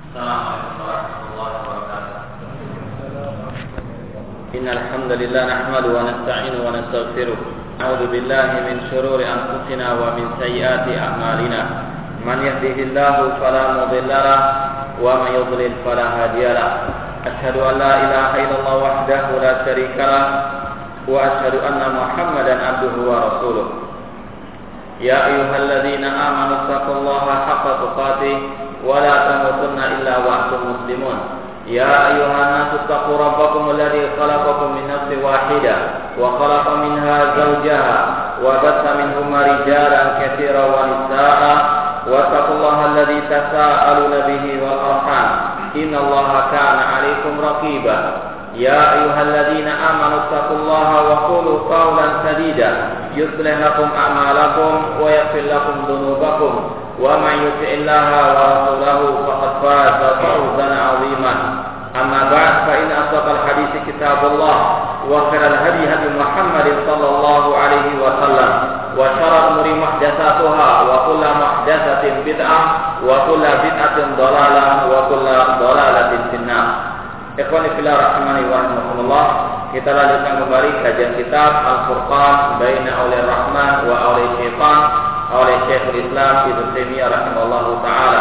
Assalamualaikum warahmatullahi wabarakatuh. Innal hamdalillah nahmaduhu wa nasta'inuhu wa nastaghfiruh. A'udzu billahi min shururi anfusina wa min sayyiati a'malina. Man yahdihillahu fala mudilla lahu wa man yudlil fala hadiya lahu. Asyhadu an la ilaha illallah wahdahu la syarika lahu wa asyhadu anna Muhammadan abduhu wa rasuluh. Ya ayyuhalladzina amanu taqullaha haqqa tuqatih wa la tamutunna illa wa antum muslimun. Ya ayyuhan nasu taqu rabbakum alladzi khalaqakum min nafsin wahidah wa khalaqa minha zawjaha wa batha minhuma rijalan katsiran wa nisaa'a wa taqullaha alladzi tasaaluna bihi wal arham innallaha kana 'alaikum raqiba. Ya ayyuhalladzina amanu taqullaha wa qulu qawlan sadida yuslih lakum a'malakum wa yaghfir lakum dhunubakum wa man yuti'illaha wa rasulahu faqad faza fawzan 'aziman. Amma ba'd, fa inna asdaqal hadithi kitabullah wa khairal hadi hadi Muhammadin sallallahu alaihi wasallam wa syarrul umuri muhdatsatuha wa kullu muhdatsatin bid'ah wa kullu bid'atin dhalalah wa kullu dhalalatin finnar. Ikhwani fillah rahimani wa rahimakumullah. Kita lanjutkan kembali kajian kitab Al-Furqan Baina Auliya Rahman wa Auliya Syaitan oleh Syekhul Islam Ibnu Taimiyah rahimahullahu taala.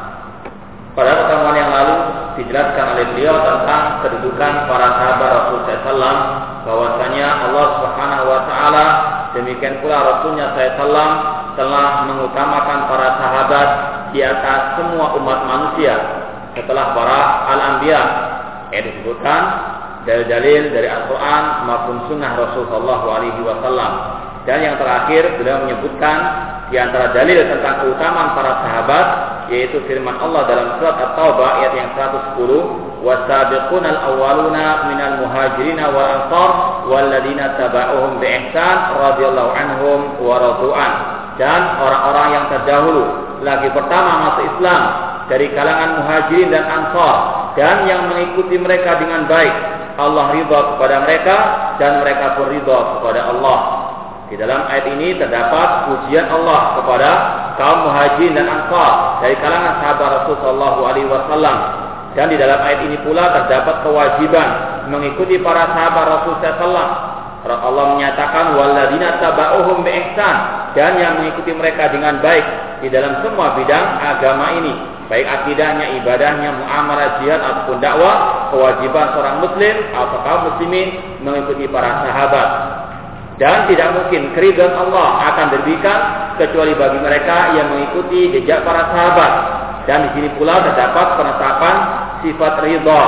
Pada pertemuan yang lalu dijelaskan oleh beliau tentang kedudukan para sahabat Rasulullah SAW, bahwasanya Allah Subhanahu wa taala demikian pula Rasulnya SAW telah mengutamakan para sahabat di atas semua umat manusia setelah para al-anbiya. Disebutkan dari dalil dari Al-Quran maupun Sunnah Rasulullah SAW. Dan yang terakhir beliau menyebutkan di antara dalil tentang keutamaan para sahabat, yaitu firman Allah dalam surat At-Taubah ayat yang 110, "Wasabiqunal awwaluna minal muhajirin wal ansar walladzina tabauhum bi ihsan radhiyallahu anhum wa radu'an." Dan orang-orang yang terdahulu lagi pertama masuk Islam dari kalangan muhajirin dan ansar dan yang mengikuti mereka dengan baik, Allah ridha kepada mereka dan mereka pun ridha kepada Allah. Di dalam ayat ini terdapat pujian Allah kepada kaum muhajirin dan ansar dari kalangan sahabat Rasulullah SAW. Dan di dalam ayat ini pula terdapat kewajiban mengikuti para sahabat Rasulullah SAW. Allah menyatakan walladzina tabauhum bi ihsan, dan yang mengikuti mereka dengan baik di dalam semua bidang agama ini, baik akidahnya, ibadahnya, muamalah, jihad ataupun dakwah. Kewajiban seorang muslim atau kaum muslimin mengikuti para sahabat. Dan tidak mungkin keridhaan Allah akan diberikan kecuali bagi mereka yang mengikuti jejak para sahabat. Dan di sini pula terdapat penetapan sifat ridha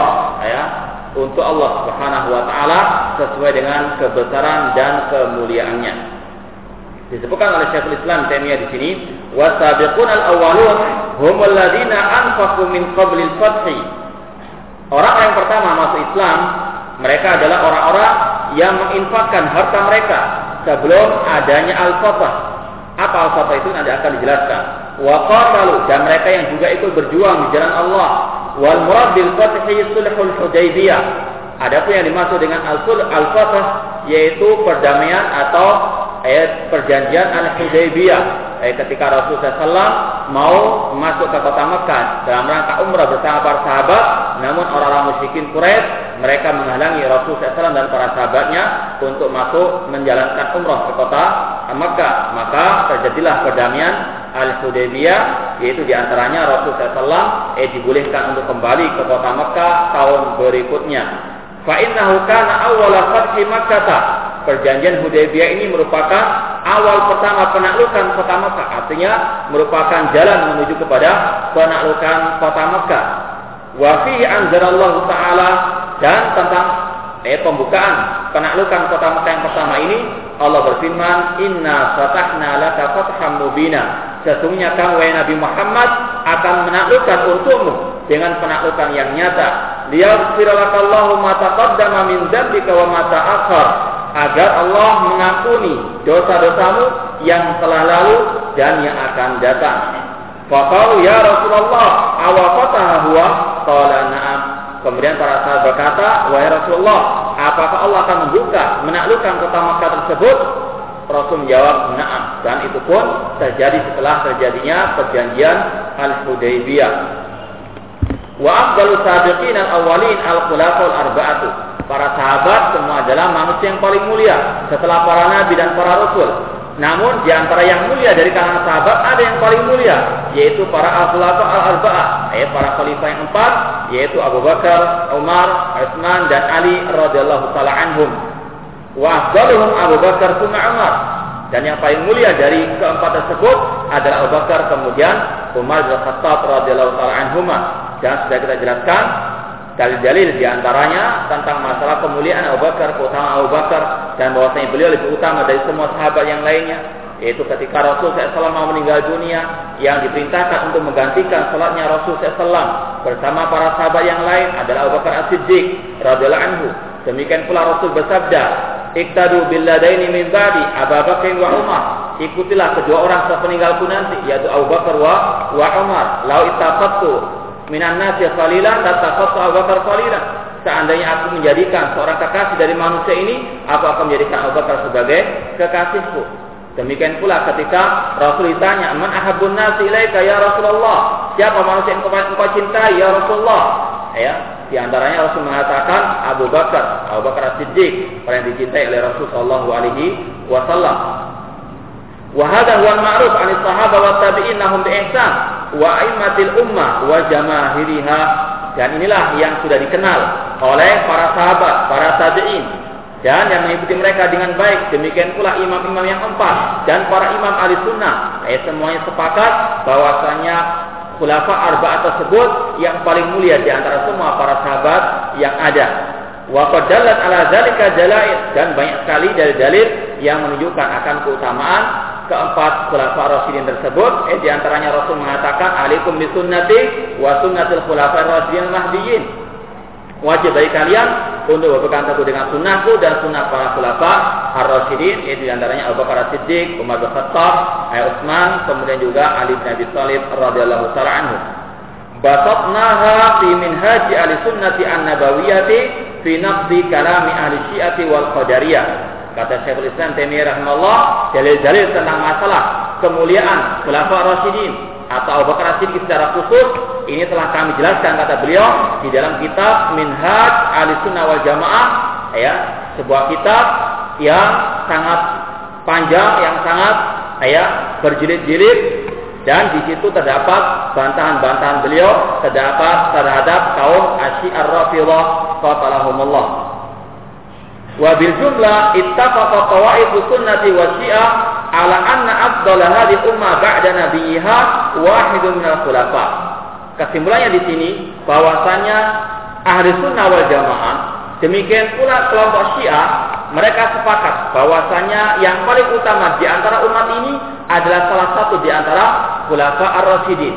untuk Allah Subhanahu wa taala sesuai dengan kebesaran dan kemuliaannya. Disebutkan oleh Syekhul Islam Taimiyah di sini, wasabiqunal awwalun humul ladzina anfaqu min qablil fathi. Orang yang pertama masuk Islam, mereka adalah orang-orang yang menginfakkan harta mereka sebelum adanya al-fath. Apa al-fath itu nanti akan dijelaskan. Wa qatalu, dan mereka yang juga ikut berjuang di jalan Allah. Wal murad bil fathi sulhul Hudaybiyah. Adapun yang dimaksud dengan al-fath yaitu perdamaian atau perjanjian al-Hudaybiyah. Ketika Rasulullah SAW mau masuk ke kota Mekah dalam rangka umrah bersama para sahabat, namun orang-orang musyrikin Quraisy mereka menghalangi Rasulullah SAW dan para sahabatnya untuk masuk menjalankan umrah ke kota Mekah. Maka terjadilah perdamaian al-Hudaybiyah, yaitu diantaranya Rasulullah SAW dibolehkan untuk kembali ke kota Mekah tahun berikutnya. Fa innahu kana awwala fathi Makkah. Perjanjian Hudaybiyah ini merupakan awal pertama penaklukan kota Mekah, artinya merupakan jalan menuju kepada penaklukan kota Mekah. Wa fihi anzalallahu ta'ala, dan tentang pembukaan penaklukan kota Mekah yang pertama ini Allah berfirman, "Inna fatahna laka fatham mubina." Sesungguhnya kamu wahai Nabi Muhammad akan menaklukkan untukmu dengan penaklukan yang nyata. Liyaghfira lakallahu ma taqaddama min dzambika wa ma ta'akhkhar, agar Allah mengampuni dosa-dosamu yang telah lalu dan yang akan datang. Faqalu ya Rasulullah awa fataha huwa? Qala na'am. Kemudian para sahabat berkata, wahai Rasulullah, apakah Allah akan membuka menaklukkan kota Makkah tersebut? Rasul menjawab, na'am. Dan itu pun terjadi setelah terjadinya perjanjian Al-Hudaybiyah. Wa afdalus sabiqin al-awwalin al-khulafa'ul arba'atu. Para sahabat semua adalah manusia yang paling mulia setelah para nabi dan para rasul. Namun di antara yang mulia dari kalangan sahabat ada yang paling mulia, yaitu para al-khulafa al-arba'ah, para khalifah yang 4, yaitu Abu Bakar, Umar, Utsman dan Ali radhiyallahu taala anhum. Wa afdaluhum Abu Bakar tsumma Umar. Dan yang paling mulia dari keempat tersebut adalah Abu Bakar, kemudian Umar bin Khattab radhiyallahu taala anhuma. Dan sudah kita jelaskan dalil-dalil di antaranya tentang masalah kemuliaan Abu Bakar, keutamaan Abu Bakar, dan bahwasanya beliau lebih utama dari semua sahabat yang lainnya. Yaitu ketika Rasul SAW mau meninggal dunia, yang diperintahkan untuk menggantikan salatnya Rasul SAW bersama para sahabat yang lain adalah Abu Bakar As-Siddiq radhiyallahu anhu. Demikian pula Rasul bersabda, "Iqtadu billadaini min ba'di, Abu Bakar wa Umar." Ikutilah kedua orang sepeninggalku nanti, yaitu Abu Bakar wa Umar. Lau ittaqattu minan nasi qalilan tattaqattu Abu Bakar qalilan. Seandainya aku menjadikan seorang kekasih dari manusia ini, aku akan menjadikan Abu Bakar sebagai kekasihku. Demikian pula ketika Rasul ditanya, "Man ahabbun nasi ilaika ya Rasulullah?" Siapa manusia yang engkau cintai ya Rasulullah? Di antaranya Rasul mengatakan Abu Bakar As-Siddiq, yang dicintai oleh Rasul sallallahu alaihi wasallam. Wa hadha huwa al-ma'ruf 'ani sahabah wa tabi'in lahum bi ihsan wa a'immatil ummah wa jamaahiriha. Dan inilah yang sudah dikenal oleh para sahabat, para tabi'in, dan yang mengikuti mereka dengan baik. Demikian pula imam-imam yang 4 dan para imam ahli sunnah. Semuanya sepakat bahwasanya khulafa arba'ah tersebut yang paling mulia di antara semua para sahabat yang ada. Wa qad dallat ala zalika dalail, dan banyak sekali dalil-dalil yang menunjukkan akan keutamaan keempat khulafa rasyidin tersebut. Di antaranya Rasul mengatakan, "Alaikum bi sunnati wa sunnatil khulafa'ir rasyidin mahdiyyin." Wajib bagi kalian untuk berpegang teguh dengan sunnahku dan sunnah para khulafa ar-rasyidin, yaitu di antaranya Abu Bakar As-Siddiq, Umar bin Khattab, Utsman, kemudian juga Ali bin Abi Thalib radhiyallahu taala anhu. Basatnaha fi minhaji ahli sunnati an-nabawiyyati fi naqdi kalami ahli syi'ati wal qadariyah. Kata Syekhul Islam Taimiyah rahimahullah, dalil-dalil tentang masalah kemuliaan khulafa ar-rasyidin atau Abu Bakar As-Siddiq secara khusus ini telah kami jelaskan, kata beliau, di dalam kitab Minhaj Ahlussunnah wal Jamaah, sebuah kitab yang sangat panjang, yang sangat berjilid-jilid, dan di situ terdapat bantahan-bantahan beliau terhadap kaum Asy-Syi'ah Rafidhah qatalahumullah. Wa bil jumlah ittafaqa tawaifu sunnati wa syi'ah ala anna afdala hadhihi ummah ba'da nabiyha wahidun minal khulafa. Kesimpulannya di sini bahwasanya ahli sunnah wal jamaah, demikian pula kelompok Syiah, mereka sepakat bahwasanya yang paling utama di antara umat ini adalah salah satu di antara khulafa ar-rasyidin.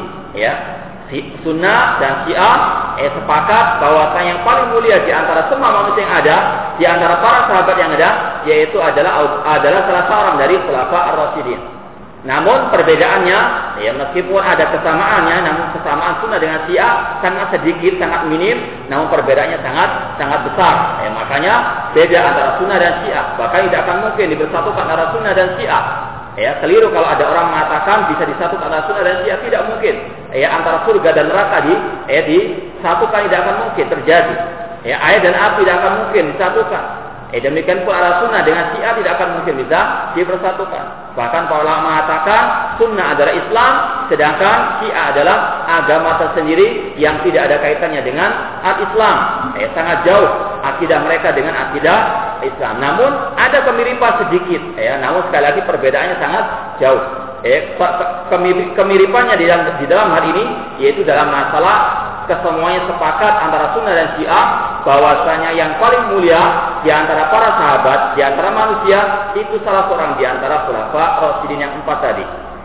Sunnah dan Syiah sepakat bahwasanya yang paling mulia di antara semua manusia yang ada, di antara para sahabat yang ada, yaitu adalah salah seorang dari khulafa ar-rasyidin. Namun perbedaannya, meskipun ada kesamaannya, namun kesamaan sunnah dengan Syiah sangat sedikit, sangat minim, namun perbedaannya sangat besar. Makanya beda antara sunnah dan Syiah. Bahkan tidak akan mungkin dibersatukan antara sunnah dan Syiah. Keliru kalau ada orang mengatakan bisa disatukan antara sunnah dan Syiah, tidak mungkin. Antara surga dan neraka disatukan tidak akan mungkin terjadi. Air dan api tidak akan mungkin disatukan. Demikian pula antara sunnah dengan Syiah tidak akan mungkin bisa dipersatukan. Bahkan para ulama mengatakan sunnah adalah Islam, sedangkan Syiah adalah agama tersendiri yang tidak ada kaitannya dengan al-Islam. Sangat jauh akidah mereka dengan akidah Islam. Namun ada kemiripan sedikit. Namun sekali lagi perbedaannya sangat jauh. Kemiripannya di dalam hal ini yaitu dalam masalah kesemuanya sepakat antara sunnah dan Syiah bahwasanya yang paling mulia di antara para sahabat, di antara manusia, itu salah seorang di antara khulafa rasyidin yang 4 tadi.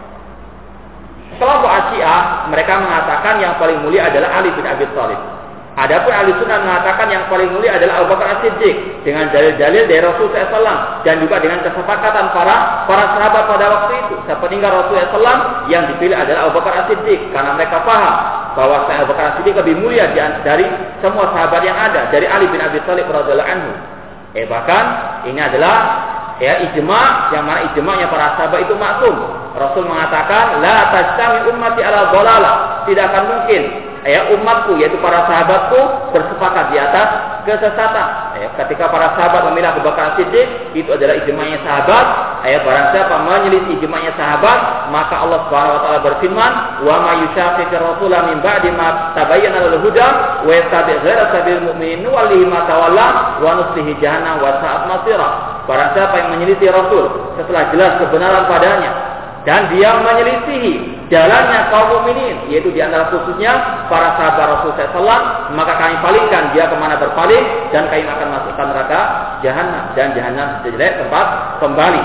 Kelompok Syiah mereka mengatakan yang paling mulia adalah Ali bin Abi Thalib. Adapun ahli sunnah mengatakan yang paling mulia adalah Abu Bakar As-Siddiq dengan dalil-dalil dari Rasulullah SAW dan juga dengan kesepakatan para sahabat pada waktu itu. Sepeninggal Rasulullah SAW yang dipilih adalah Abu Bakar As-Siddiq karena mereka paham bahwa Abu Bakar As-Siddiq lebih mulia dari semua sahabat yang ada, dari Ali bin Abi Thalib radhiyallahu anhu. Bahkan ini adalah ijma, yang mana ijma'nya para sahabat itu maksum. Rasul mengatakan la tajtami ummati ala dhalalah, tidak akan mungkin umatku yaitu para sahabatku bersepakat di atas kesesatan. Ketika para sahabat memilih Abu Bakar Siddiq, itu adalah ijma'nya sahabat. Barang siapa menyelisih ijma'nya sahabat, maka Allah Subhanahu wa taala berfirman, "Wa may yushaqiqir rasula min ba'di ma tabayyana lahu huda wa yattabi' ghayra sabilil mu'minin nuwallihi ma tawalla wa nuslihi jahannam wa sa'at masira." Barang siapa yang menyelisih Rasul setelah jelas kebenaran padanya dan dia menyelisihi jalannya kaum mukminin, yaitu di antara khususnya para sahabat Rasul SAW, maka kami palingkan dia kemana berpaling dan kami akan masukkan neraka jahanam, dan jahanam sejelek tempat kembali.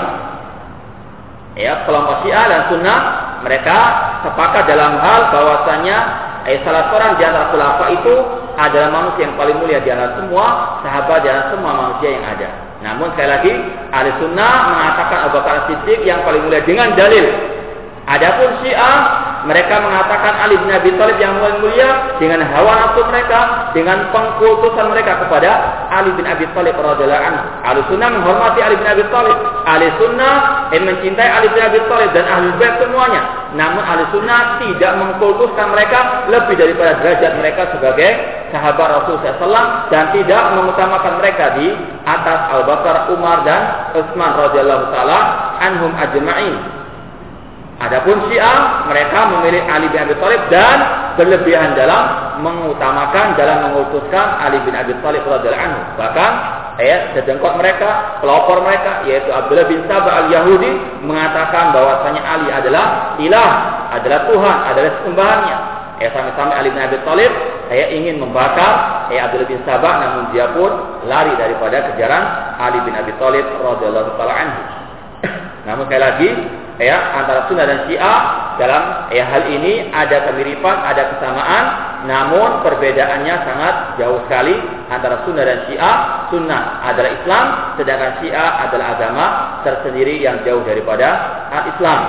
Kelompok Syiah dan Sunnah mereka sepakat dalam hal bahwasanya salah seorang di antara khulafa itu adalah manusia yang paling mulia di antara semua sahabat dan semua manusia yang ada. Namun sekali lagi, Ahli Sunnah mengatakan Abu Bakar Siddiq yang paling mulia dengan dalil. Adapun Syiah mereka mengatakan Ali bin Abi Thalib yang paling mulia dengan hawa nafsu mereka, dengan pengkultusan mereka kepada Ali bin Abi Thalib radhiyallahu anhu. Ahli Sunnah menghormati Ali bin Abi Thalib. Ahli Sunnah mencintai Ali bin Abi Thalib dan Ahlul Bait semuanya. Namun Ahli Sunnah tidak mengkultuskan mereka lebih daripada derajat mereka sebagai sahabat Rasul SAW dan tidak mengutamakan mereka di atas Abu Bakar, Umar dan Utsman radhiyallahu taala anhum ajma'in. Adapun Syiah mereka memilih Ali bin Abi Thalib dan berlebihan dalam mengutamakan, dalam mengutuskan Ali bin Abi Thalib radhiyallahu anhu. Bahkan sedengkot mereka, pelopor mereka yaitu Abdullah bin Sabah al-Yahudi mengatakan bahwasanya Ali adalah ilah, adalah Tuhan, adalah sembahannya. Sampai-sampai Ali bin Abi Thalib ingin membakar Abdullah bin Sabah, namun dia pun lari daripada kejaran Ali bin Abi Thalib radhiyallahu taala anhu. Namun sekali lagi antara Sunnah dan Syiah dalam hal ini ada kemiripan, ada kesamaan, namun perbedaannya sangat jauh sekali antara Sunnah dan Syiah. Sunnah adalah Islam, sedangkan Syiah adalah agama tersendiri yang jauh daripada Islam.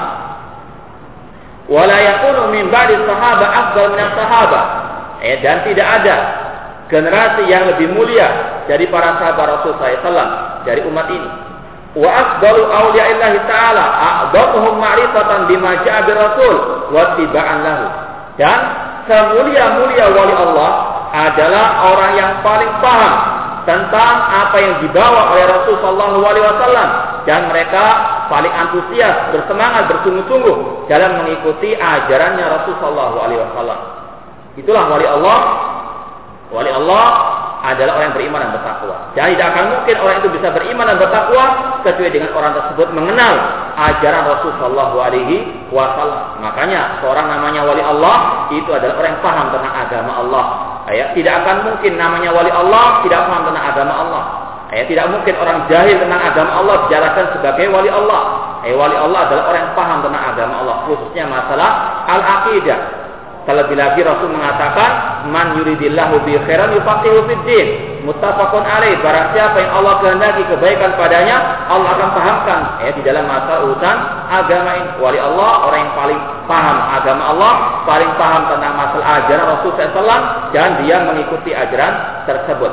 Wala yakunu min ba'di sahaba afdal min as-sahaba. Dan tidak ada generasi yang lebih mulia dari para sahabat Rasul SAW dari umat ini. Wa afdalu awliya'illahi ta'ala a'dhamuhum ma'rifatan bima ja'a bir rasul wa tiba'an lahu. Dan semulia-mulia wali Allah adalah orang yang paling paham tentang apa yang dibawa oleh Rasul sallallahu alaihi wasallam, dan mereka paling antusias, bersemangat, bersungguh-sungguh dalam mengikuti ajarannya Rasul sallallahu alaihi wasallam. Itulah wali Allah. Wali Allah adalah orang yang beriman dan bertakwa. Jadi tidak akan mungkin orang itu bisa beriman dan bertakwa kecuali dengan orang tersebut mengenal ajaran Rasul sallallahu alaihi wasallam. Makanya seorang namanya wali Allah itu adalah orang yang paham tentang agama Allah. Tidak akan mungkin namanya wali Allah tidak paham tentang agama Allah. Tidak mungkin orang jahil tentang agama Allah dijelaskan sebagai wali Allah. Wali Allah adalah orang yang paham tentang agama Allah, khususnya masalah al-aqidah. Terlebih lagi Rasul mengatakan, man yuridillahu bi khairan yufaqihu fid din. Muttafaqun alaih. Barang siapa yang Allah kehendaki kebaikan padanya, Allah akan pahamkan di dalam masalah urusan agama ini. Wali Allah orang yang paling paham agama Allah, paling paham tentang masalah ajaran Rasul SAW, dan dia mengikuti ajaran tersebut.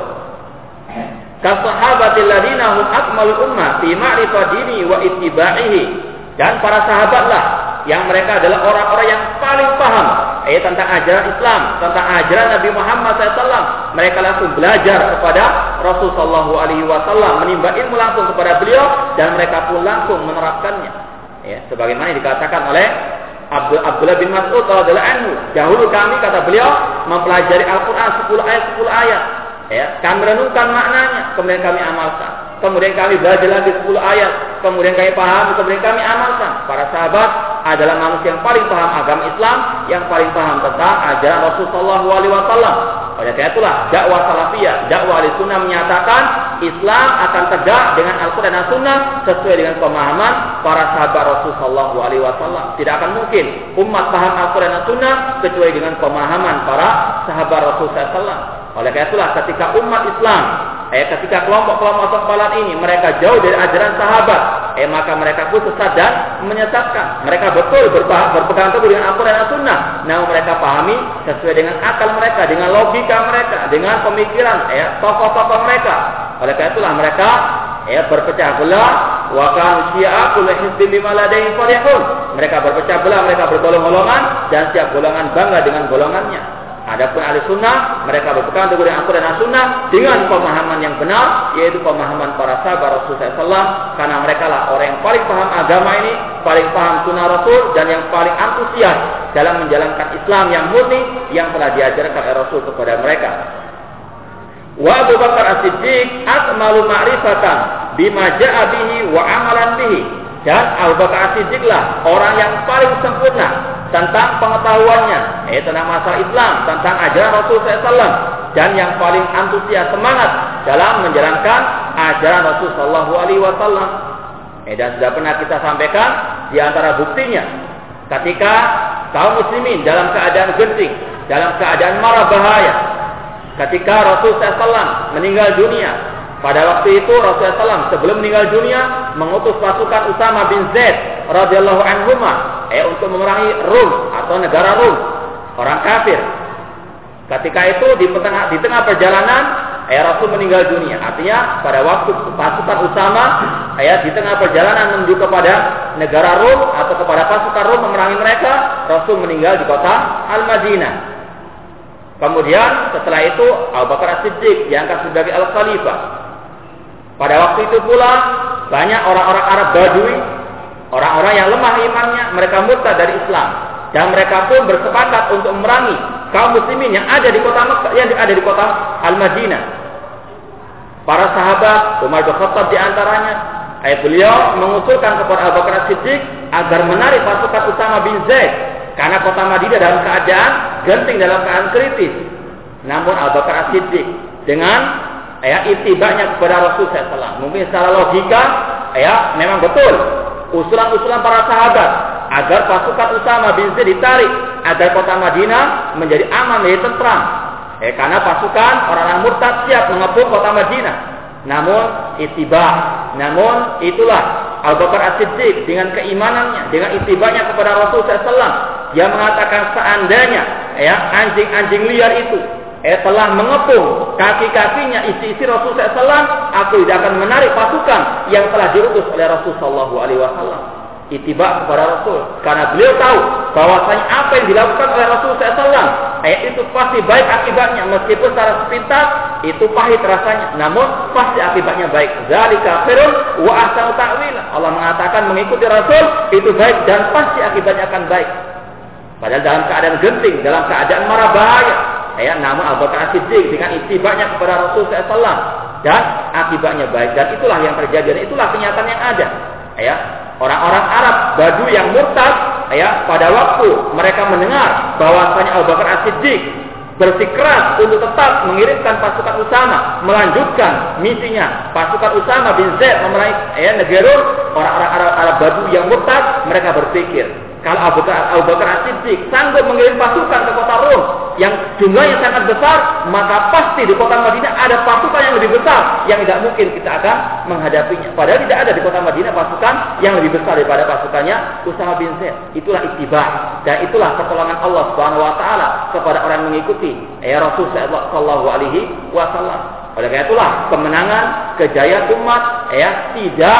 Kasahabatil ladina hum akmalul ummah fi ma'rifati dini wa ittiba'ihi. Dan para sahabatlah yang mereka adalah orang-orang yang paling paham tentang ajaran Islam, tentang ajaran Nabi Muhammad SAW. Mereka langsung belajar kepada Rasul sallallahu alaihi wasallam, menimba ilmu langsung kepada beliau, dan mereka pun langsung menerapkannya. Sebagaimana dikatakan oleh Abdullah bin Mas'ud radhiyallahu anhu, dahulu kami, kata beliau, mempelajari Al-Quran 10 ayat. Kami renungkan maknanya, kemudian kami amalkan. Kemudian kami belajar lagi 10 ayat, kemudian kami paham, kemudian kami amalkan. Para sahabat adalah manusia yang paling paham agama Islam, yang paling paham tentang ajaran Rasul sallallahu alaihi wasallam. Oleh karena itulah dakwah salafiyah, dakwah Ahlussunnah menyatakan Islam akan tegak dengan Al-Quran dan Sunnah sesuai dengan pemahaman para sahabat Rasul sallallahu alaihi wasallam. Tidak akan mungkin umat paham Al-Quran dan Sunnah kecuali dengan pemahaman para sahabat Rasul sallallahu alaihi wasallam. Oleh karena itulah ketika umat Islam, ketika kelompok-kelompok sempalan ini mereka jauh dari ajaran sahabat, maka mereka pun sesat dan menyesatkan. Mereka betul berpegang teguh dengan Al-Quran dan Sunnah, namun mereka pahami sesuai dengan akal mereka, dengan logika mereka, dengan pemikiran tokoh-tokoh mereka. Oleh karena itulah mereka berpecah belah. Wa kan syi'a kullu hizbin bima ladaihim farihun. Mereka berpecah belah, mereka bergolong-golongan, dan setiap golongan bangga dengan golongannya. Adapun ahli sunnah, mereka berpegang teguh dengan Al-Quran dan Sunnah dengan pemahaman yang benar, yaitu pemahaman para sahabat Rasulullah SAW, karena mereka lah orang yang paling paham agama ini, paling paham sunnah Rasul, dan yang paling antusias dalam menjalankan Islam yang murni yang telah diajarkan oleh Rasul kepada mereka. Wa Abu Bakar As-Siddiq akmalu ma'rifatan bima ja'a bihi wa amalan bihi. Dan Abu Bakar As-Siddiq lah orang yang paling sempurna tentang pengetahuannya, tentang masalah Islam, tentang ajaran Rasulullah SAW, dan yang paling antusias semangat dalam menjalankan ajaran Rasulullah SAW. Dan sudah pernah kita sampaikan di antara buktinya, ketika kaum muslimin dalam keadaan genting, dalam keadaan mara bahaya, ketika Rasulullah SAW meninggal dunia, pada waktu itu Rasulullah SAW sebelum meninggal dunia mengutus pasukan Usama bin Zaid radhiyallahu anhuma untuk memerangi Rum atau negara Rum, orang kafir. Ketika itu di tengah perjalanan Rasul meninggal dunia. Artinya pada waktu pasukan Usama di tengah perjalanan menuju kepada negara Rum atau kepada pasukan Rum memerangi mereka, Rasul meninggal di kota Al-Madinah. Kemudian setelah itu Abu Bakar As-Siddiq diangkat sebagai Al-Khalifah. Pada waktu itu pula banyak orang-orang Arab Badui, orang-orang yang lemah imannya, mereka murtad dari Islam, dan mereka pun bersepakat untuk memerangi kaum muslimin yang ada di kota Mekah, yang ada di kota Al-Madinah. Para sahabat, Umar bin Khattab di antaranya, beliau mengusulkan kepada Abu Bakar As-Siddiq agar menarik pasukan Usama bin Zaid, karena kota Madinah dalam keadaan genting, dalam keadaan kritis. Namun Abu Bakar As-Siddiq dengan itibanya kepada Rasulullah SAW, mungkin secara logika memang betul usulan-usulan para sahabat agar pasukan Usama bin Zaid ditarik agar kota Madinah menjadi aman, menjadi tentram, karena pasukan orang-orang murtad siap mengepung kota Madinah. Namun itulah Abu Bakar As-Siddiq dengan keimanannya, dengan itibanya kepada Rasulullah SAW, dia mengatakan seandainya anjing-anjing liar itu telah mengepung kaki-kakinya isi-isi Rasulullah SAW, aku tidak akan menarik pasukan yang telah diutus oleh Rasulullah SAW. Ittiba kepada Rasul, karena beliau tahu bahwasanya apa yang dilakukan oleh Rasulullah SAW itu pasti baik akibatnya, meskipun secara sepintas itu pahit rasanya, namun pasti akibatnya baik. Zalika khairun wa ahsanu ta'wila. Allah mengatakan mengikuti Rasul itu baik dan pasti akibatnya akan baik. Padahal dalam keadaan genting, dalam keadaan mara bahaya, namun Abu Bakar As-Siddiq dengan ittibanya kepada Rasulullah SAW dan akibatnya baik, dan itulah yang terjadi, dan itulah kenyataan yang ada. Orang-orang Arab Badui yang murtad, pada waktu mereka mendengar bahwasanya Abu Bakar As-Siddiq bersikeras untuk tetap mengirimkan pasukan Usama melanjutkan misinya, pasukan Usama bin Zaid memerangi negara, orang-orang Arab Badui yang murtad, mereka berpikir, kalau Abu Bakar As-Siddiq sanggup mengirim pasukan ke kota Rum yang jumlahnya sangat besar, maka pasti di kota Madinah ada pasukan yang lebih besar yang tidak mungkin kita akan menghadapinya. Padahal tidak ada di kota Madinah pasukan yang lebih besar daripada pasukannya Usama bin Zaid. Itulah ittiba, dan itulah pertolongan Allah Subhanahu wa taala kepada orang yang mengikuti Rasulullah sallallahu alaihi wasallam. Oleh karena itulah kemenangan, kejayaan umat tidak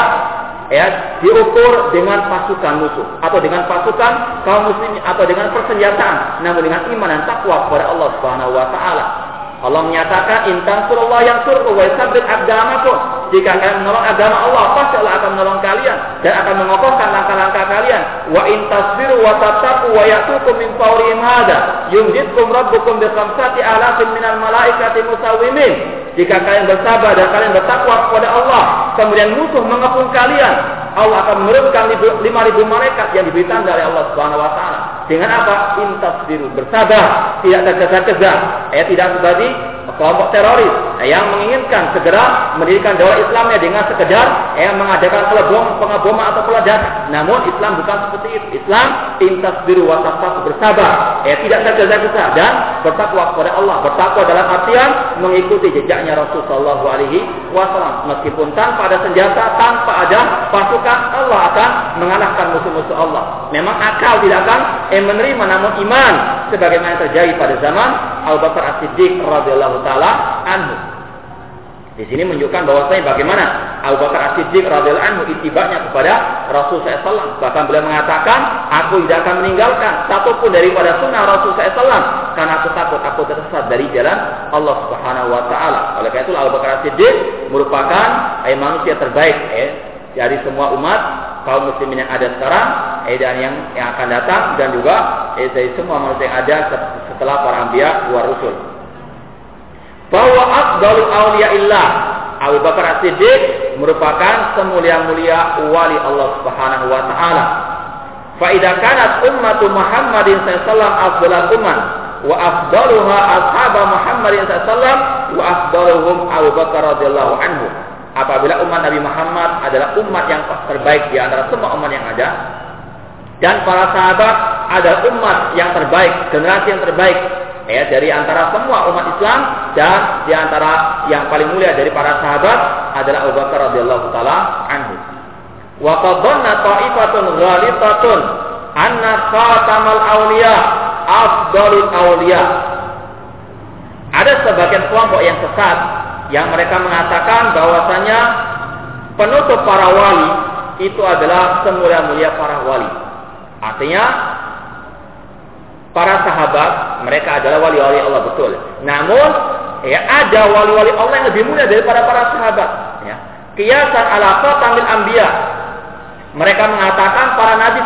diukur dengan pasukan musuh atau dengan pasukan kaum muslimin atau dengan persenjataan, namun dengan iman dan takwa kepada Allah Subhanahu wa taala. Allah menyatakan in tansurullah yansurkum wa yusabbit aqdamakum. Jika kalian menolong agama Allah, pasti Allah akan menolong kalian dan akan mengokohkan langkah-langkah kalian. Wa in tasbiru wa tattaqu wa ya'tukum min fawrihim hadza yumditkum rabbukum bi khamsati alafin minal malaikati musawwimin. Jika kalian bersabar dan kalian bertakwa kepada Allah, kemudian musuh mengepung kalian, Allah akan menurunkan 5.000 malaikat yang diberi tanda oleh Allah Subhanahu wa taala. Dengan apa? Intasbiru, bersabar, tidak tergesa-gesa, tidak seperti kelompok teroris yang menginginkan segera mendirikan daulah Islamnya dengan sekedar mengadakan pengeboman atau peledakan. Namun Islam bukan seperti itu. Islam intasbiru wa tattaqu, bersabar, tidak tergesa-gesa dan bertakwa kepada Allah. Bertakwa dalam artian mengikuti jejaknya Rasul sallallahu alaihi wasallam. Meskipun tanpa ada senjata, tanpa ada pasukan, Allah akan mengalahkan musuh-musuh Allah. Memang akal tidak akan menerima, namun iman sebagaimana yang terjadi pada zaman Abu Bakar As-Siddiq radhiyallahu taala anhu. Di sini menunjukkan bahwasanya bagaimana Abu Bakar As-Siddiq radhiyallahu anhu ittiba'nya kepada Rasul SAW. Bahkan beliau mengatakan, aku tidak akan meninggalkan satupun daripada sunnah Rasul SAW karena aku takut aku tersesat dari jalan Allah Subhanahu Wa Taala. Oleh karena itu Abu Bakar As-Siddiq merupakan manusia terbaik dari semua umat kaum muslimin yang ada sekarang dan yang akan datang, dan juga dari semua manusia yang ada setelah para anbiya wa rusul. Bahwa afdalul awliyaillah, Abu Bakar As-Siddiq merupakan semulia-mulia wali Allah Subhanahu wa taala. Fa idza kanat ummatu Muhammadin sallallahu alaihi wasallam afdalul ummah wa afdaluha ashhabu Muhammadin sallallahu alaihi wasallam wa afdaluhum Abu Bakar radhiyallahu anhu. Apabila umat Nabi Muhammad adalah umat yang terbaik di antara semua umat yang ada, dan para sahabat adalah umat yang terbaik, generasi yang terbaik dari antara semua umat Islam, dan di antara yang paling mulia dari para sahabat adalah Abu Bakar radhiyallahu taala anhu. Wa qaddanna ta'ifatun ghalitatun anna khatamal awliya afdalul awliya. Ada sebagian kelompok yang sesat yang mereka mengatakan bahwasanya penutup para wali itu adalah semulia-mulia para wali. Artinya para sahabat mereka adalah wali-wali Allah, betul. Namun ada wali-wali Allah yang lebih mulia daripada para sahabat. Qiyasan ala khatamil anbiya. Mereka mengatakan para nabi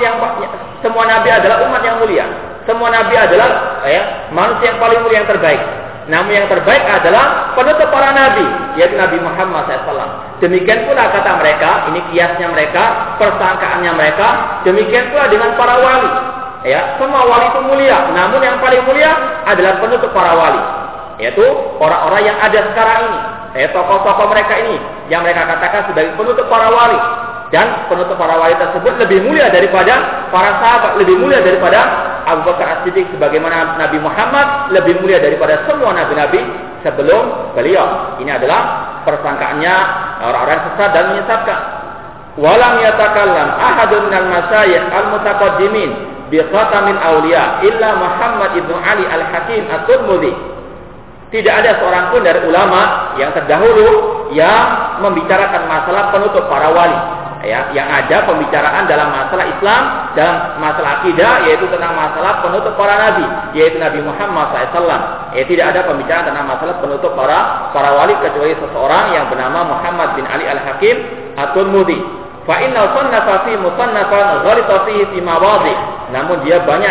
semua nabi adalah umat yang mulia. Semua nabi adalah manusia yang paling mulia, yang terbaik. Namun yang terbaik adalah penutup para nabi, yaitu Nabi Muhammad SAW. Demikian pula kata mereka, ini kiasnya mereka, persangkaannya mereka. Demikian pula dengan para wali. Semua wali itu mulia, namun yang paling mulia adalah penutup para wali, yaitu orang-orang yang ada sekarang ini, tokoh-tokoh mereka ini yang mereka katakan sebagai penutup para wali. Dan penutup para wali tersebut lebih mulia daripada para sahabat, lebih mulia daripada Abu Bakar As-Siddiq, sebagaimana Nabi Muhammad lebih mulia daripada semua nabi-nabi sebelum beliau. Ini adalah persangkaannya orang-orang sesat dan menyesatkan. Walam yatakallam ahadun minal masyayikh al-mutaqaddimin bi khatamil awliya illa Muhammad ibnu Ali al-Hakim at-Tirmidzi. Tidak ada seorang pun dari ulama yang terdahulu yang membicarakan masalah penutup para wali. Yang ada pembicaraan dalam masalah Islam, dalam masalah akidah, yaitu tentang masalah penutup para nabi, yaitu Nabi Muhammad SAW. Tidak ada pembicaraan tentang masalah penutup para wali kecuali seseorang yang bernama Muhammad bin Ali al-Hakim at-Tirmidzi. Fa inna sannafa fi musannafan ghalita fihi fi mawadhi. Namun dia banyak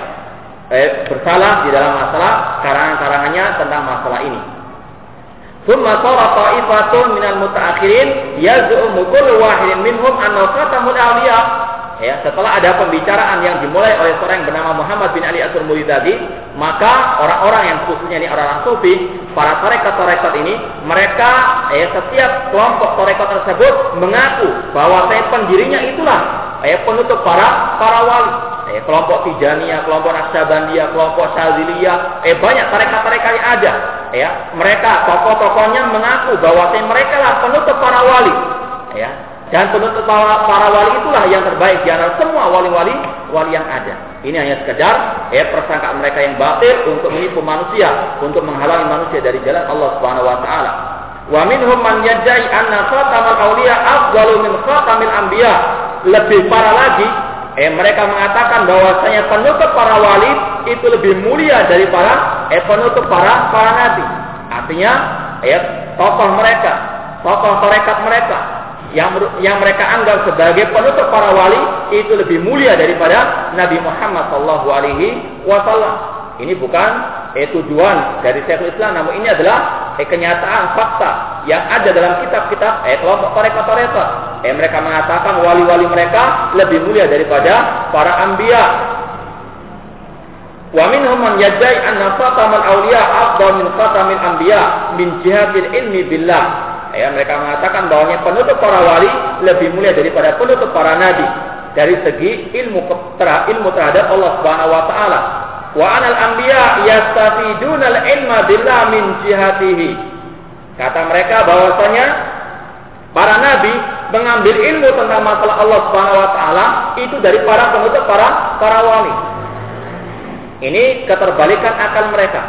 bersalah di dalam masalah karangan-karangannya tentang masalah ini. Thumma sara ta'ifatun minal mutaakhirin yaz'umu kullu wahidin minhum anna khatamul awliya. Setelah ada pembicaraan yang dimulai oleh seorang yang bernama Muhammad bin Ali at-Tirmidzi tadi, maka orang-orang yang khususnya ini orang-orang sufi, para tarekat-tarekat ini, mereka setiap kelompok tarekat tersebut mengaku bahwa pendirinya itulah penutup para wali. Kelompok Tijaniyah, kelompok Naqsabandiyah, kelompok Syadziliyah, banyak tarekat-tarekat yang ada. Mereka tokoh-tokohnya mengaku bahwa mereka lah penutup para wali. Dan penutup para wali itulah yang terbaik di antara semua wali-wali yang ada. Ini hanya sekedar persangkaan mereka yang batil untuk menipu manusia, untuk menghalangi manusia dari jalan Allah Subhanahu wa taala. Wa minhum man yad'i anna khatamal awliya afdalu min khatamil anbiya. Lebih parah lagi, mereka mengatakan bahwasanya penutup para wali itu lebih mulia daripada penutup para nabi. Artinya, tokoh mereka, tokoh tarekat mereka yang mereka anggap sebagai penutup para wali itu lebih mulia daripada Nabi Muhammad SAW. Ini bukan tujuan dari Syekhul Islam, namun ini adalah kenyataan fakta yang ada dalam kitab-kitab kelompok tarekat-tarekat. Mereka mengatakan wali-wali mereka lebih mulia daripada para anbiya. Wa minhum man yad'i anna khatamal awliya afdal min khatamil anbiya min jihatil ilmi billah. Mereka mengatakan bahwa penutup para wali lebih mulia daripada penutup para nabi dari segi ilmu terhadap Allah Subhanahu wa taala. Wa anal anbiya yastafiduna al-ilma billah min jihatihi. Kata mereka bahwasanya para nabi mengambil ilmu tentang masalah Allah Subhanahu wa taala itu dari para penutup para wali. Ini keterbalikan akal mereka.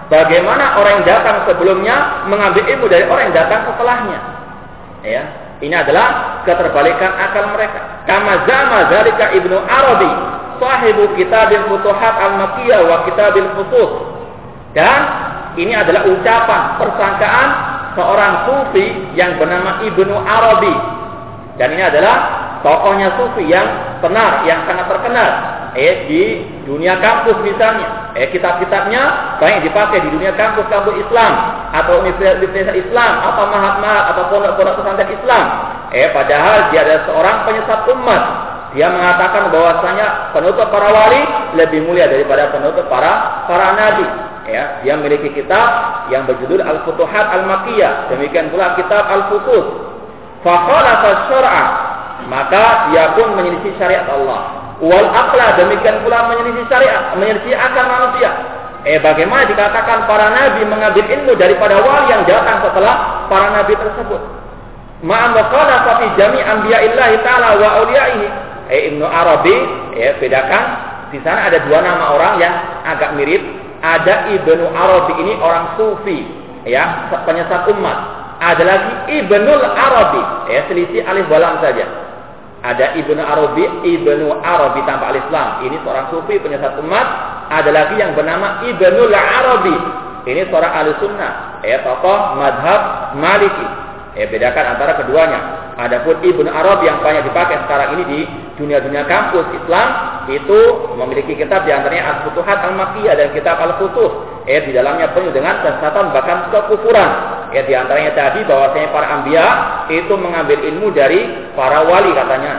bagaimana orang yang datang sebelumnya mengambil ilmu dari orang yang datang setelahnya. Ya, ini adalah keterbalikan akal mereka. Kama zama dzalika Ibnu Arabi, sahibu Kitabil Futuhat Al-Makkiyah wa Kitabil Fusus. Dan ini adalah ucapan persangkaan seorang sufi yang bernama Ibnu Arabi. Dan ini adalah tokohnya sufi yang benar, yang sangat terkenal di dunia kampus misalnya. Kitab-kitabnya banyak dipakai di dunia kampus-kampus Islam atau universitas Islam atau mahat-mahat atau pondok-pondok pesantren Islam. Padahal dia adalah seorang penyesat umat. Dia mengatakan bahwasanya penutup para wali lebih mulia daripada penutup para nabi. Dia memiliki kitab yang berjudul Al-Futuhat Al-Makkiyah. Demikian pula kitab Al-Fusus. Fakhalafa syar'a, maka dia pun menyelisih syariat Allah. Wal aqla, demikian pula menyelisih syariat, menyelisih akal manusia. Bagaimana dikatakan para nabi mengambil ilmu daripada wali yang datang setelah para nabi tersebut? Ma'an mukhalafa fi jami' anbiya'illahi ta'ala wa awliyaihi. Ibnu Arabi bedakan di sana ada dua nama orang yang agak mirip. Ada Ibnu Arabi ini orang sufi, penyesat umat. Ada lagi Ibnul Arabi, selisih alif walam saja. Ada Ibnu Arabi tanpa alif lam. Ini seorang sufi penyesat umat. Ada lagi yang bernama Ibnul Arabi. Ini seorang ahli sunnah, tokoh madhab Maliki. Bedakan antara keduanya. Adapun Ibnu Arabi yang banyak dipakai sekarang ini di dunia-dunia kampus Islam itu memiliki kitab di antaranya Al-Futuhat Al-Makkiyah dan kitab Al-Fusus. Di dalamnya penuh dengan kesesatan bahkan kekufuran. Di antaranya tadi bahwasanya para anbiya itu mengambil ilmu dari para wali katanya.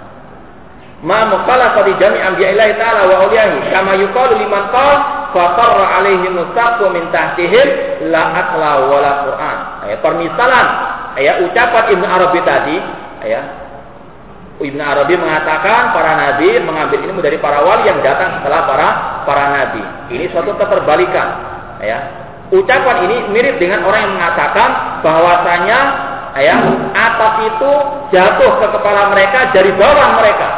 Ma mukhalafah di jami' anbiya'illahi ta'ala wa awliyahi kama yuqalu liman qala fa qarra alaihi mustaqu min tahtihim la aqla wa la Qur'an. Permisalan ucapan Ibnu Arabi tadi, Ibnu Arabi mengatakan para nabi mengambil ilmu dari para wali yang datang setelah para nabi. Ini suatu keterbalikan. Ucapan ini mirip dengan orang yang mengatakan bahwasanya atap itu jatuh ke kepala mereka dari bawah mereka.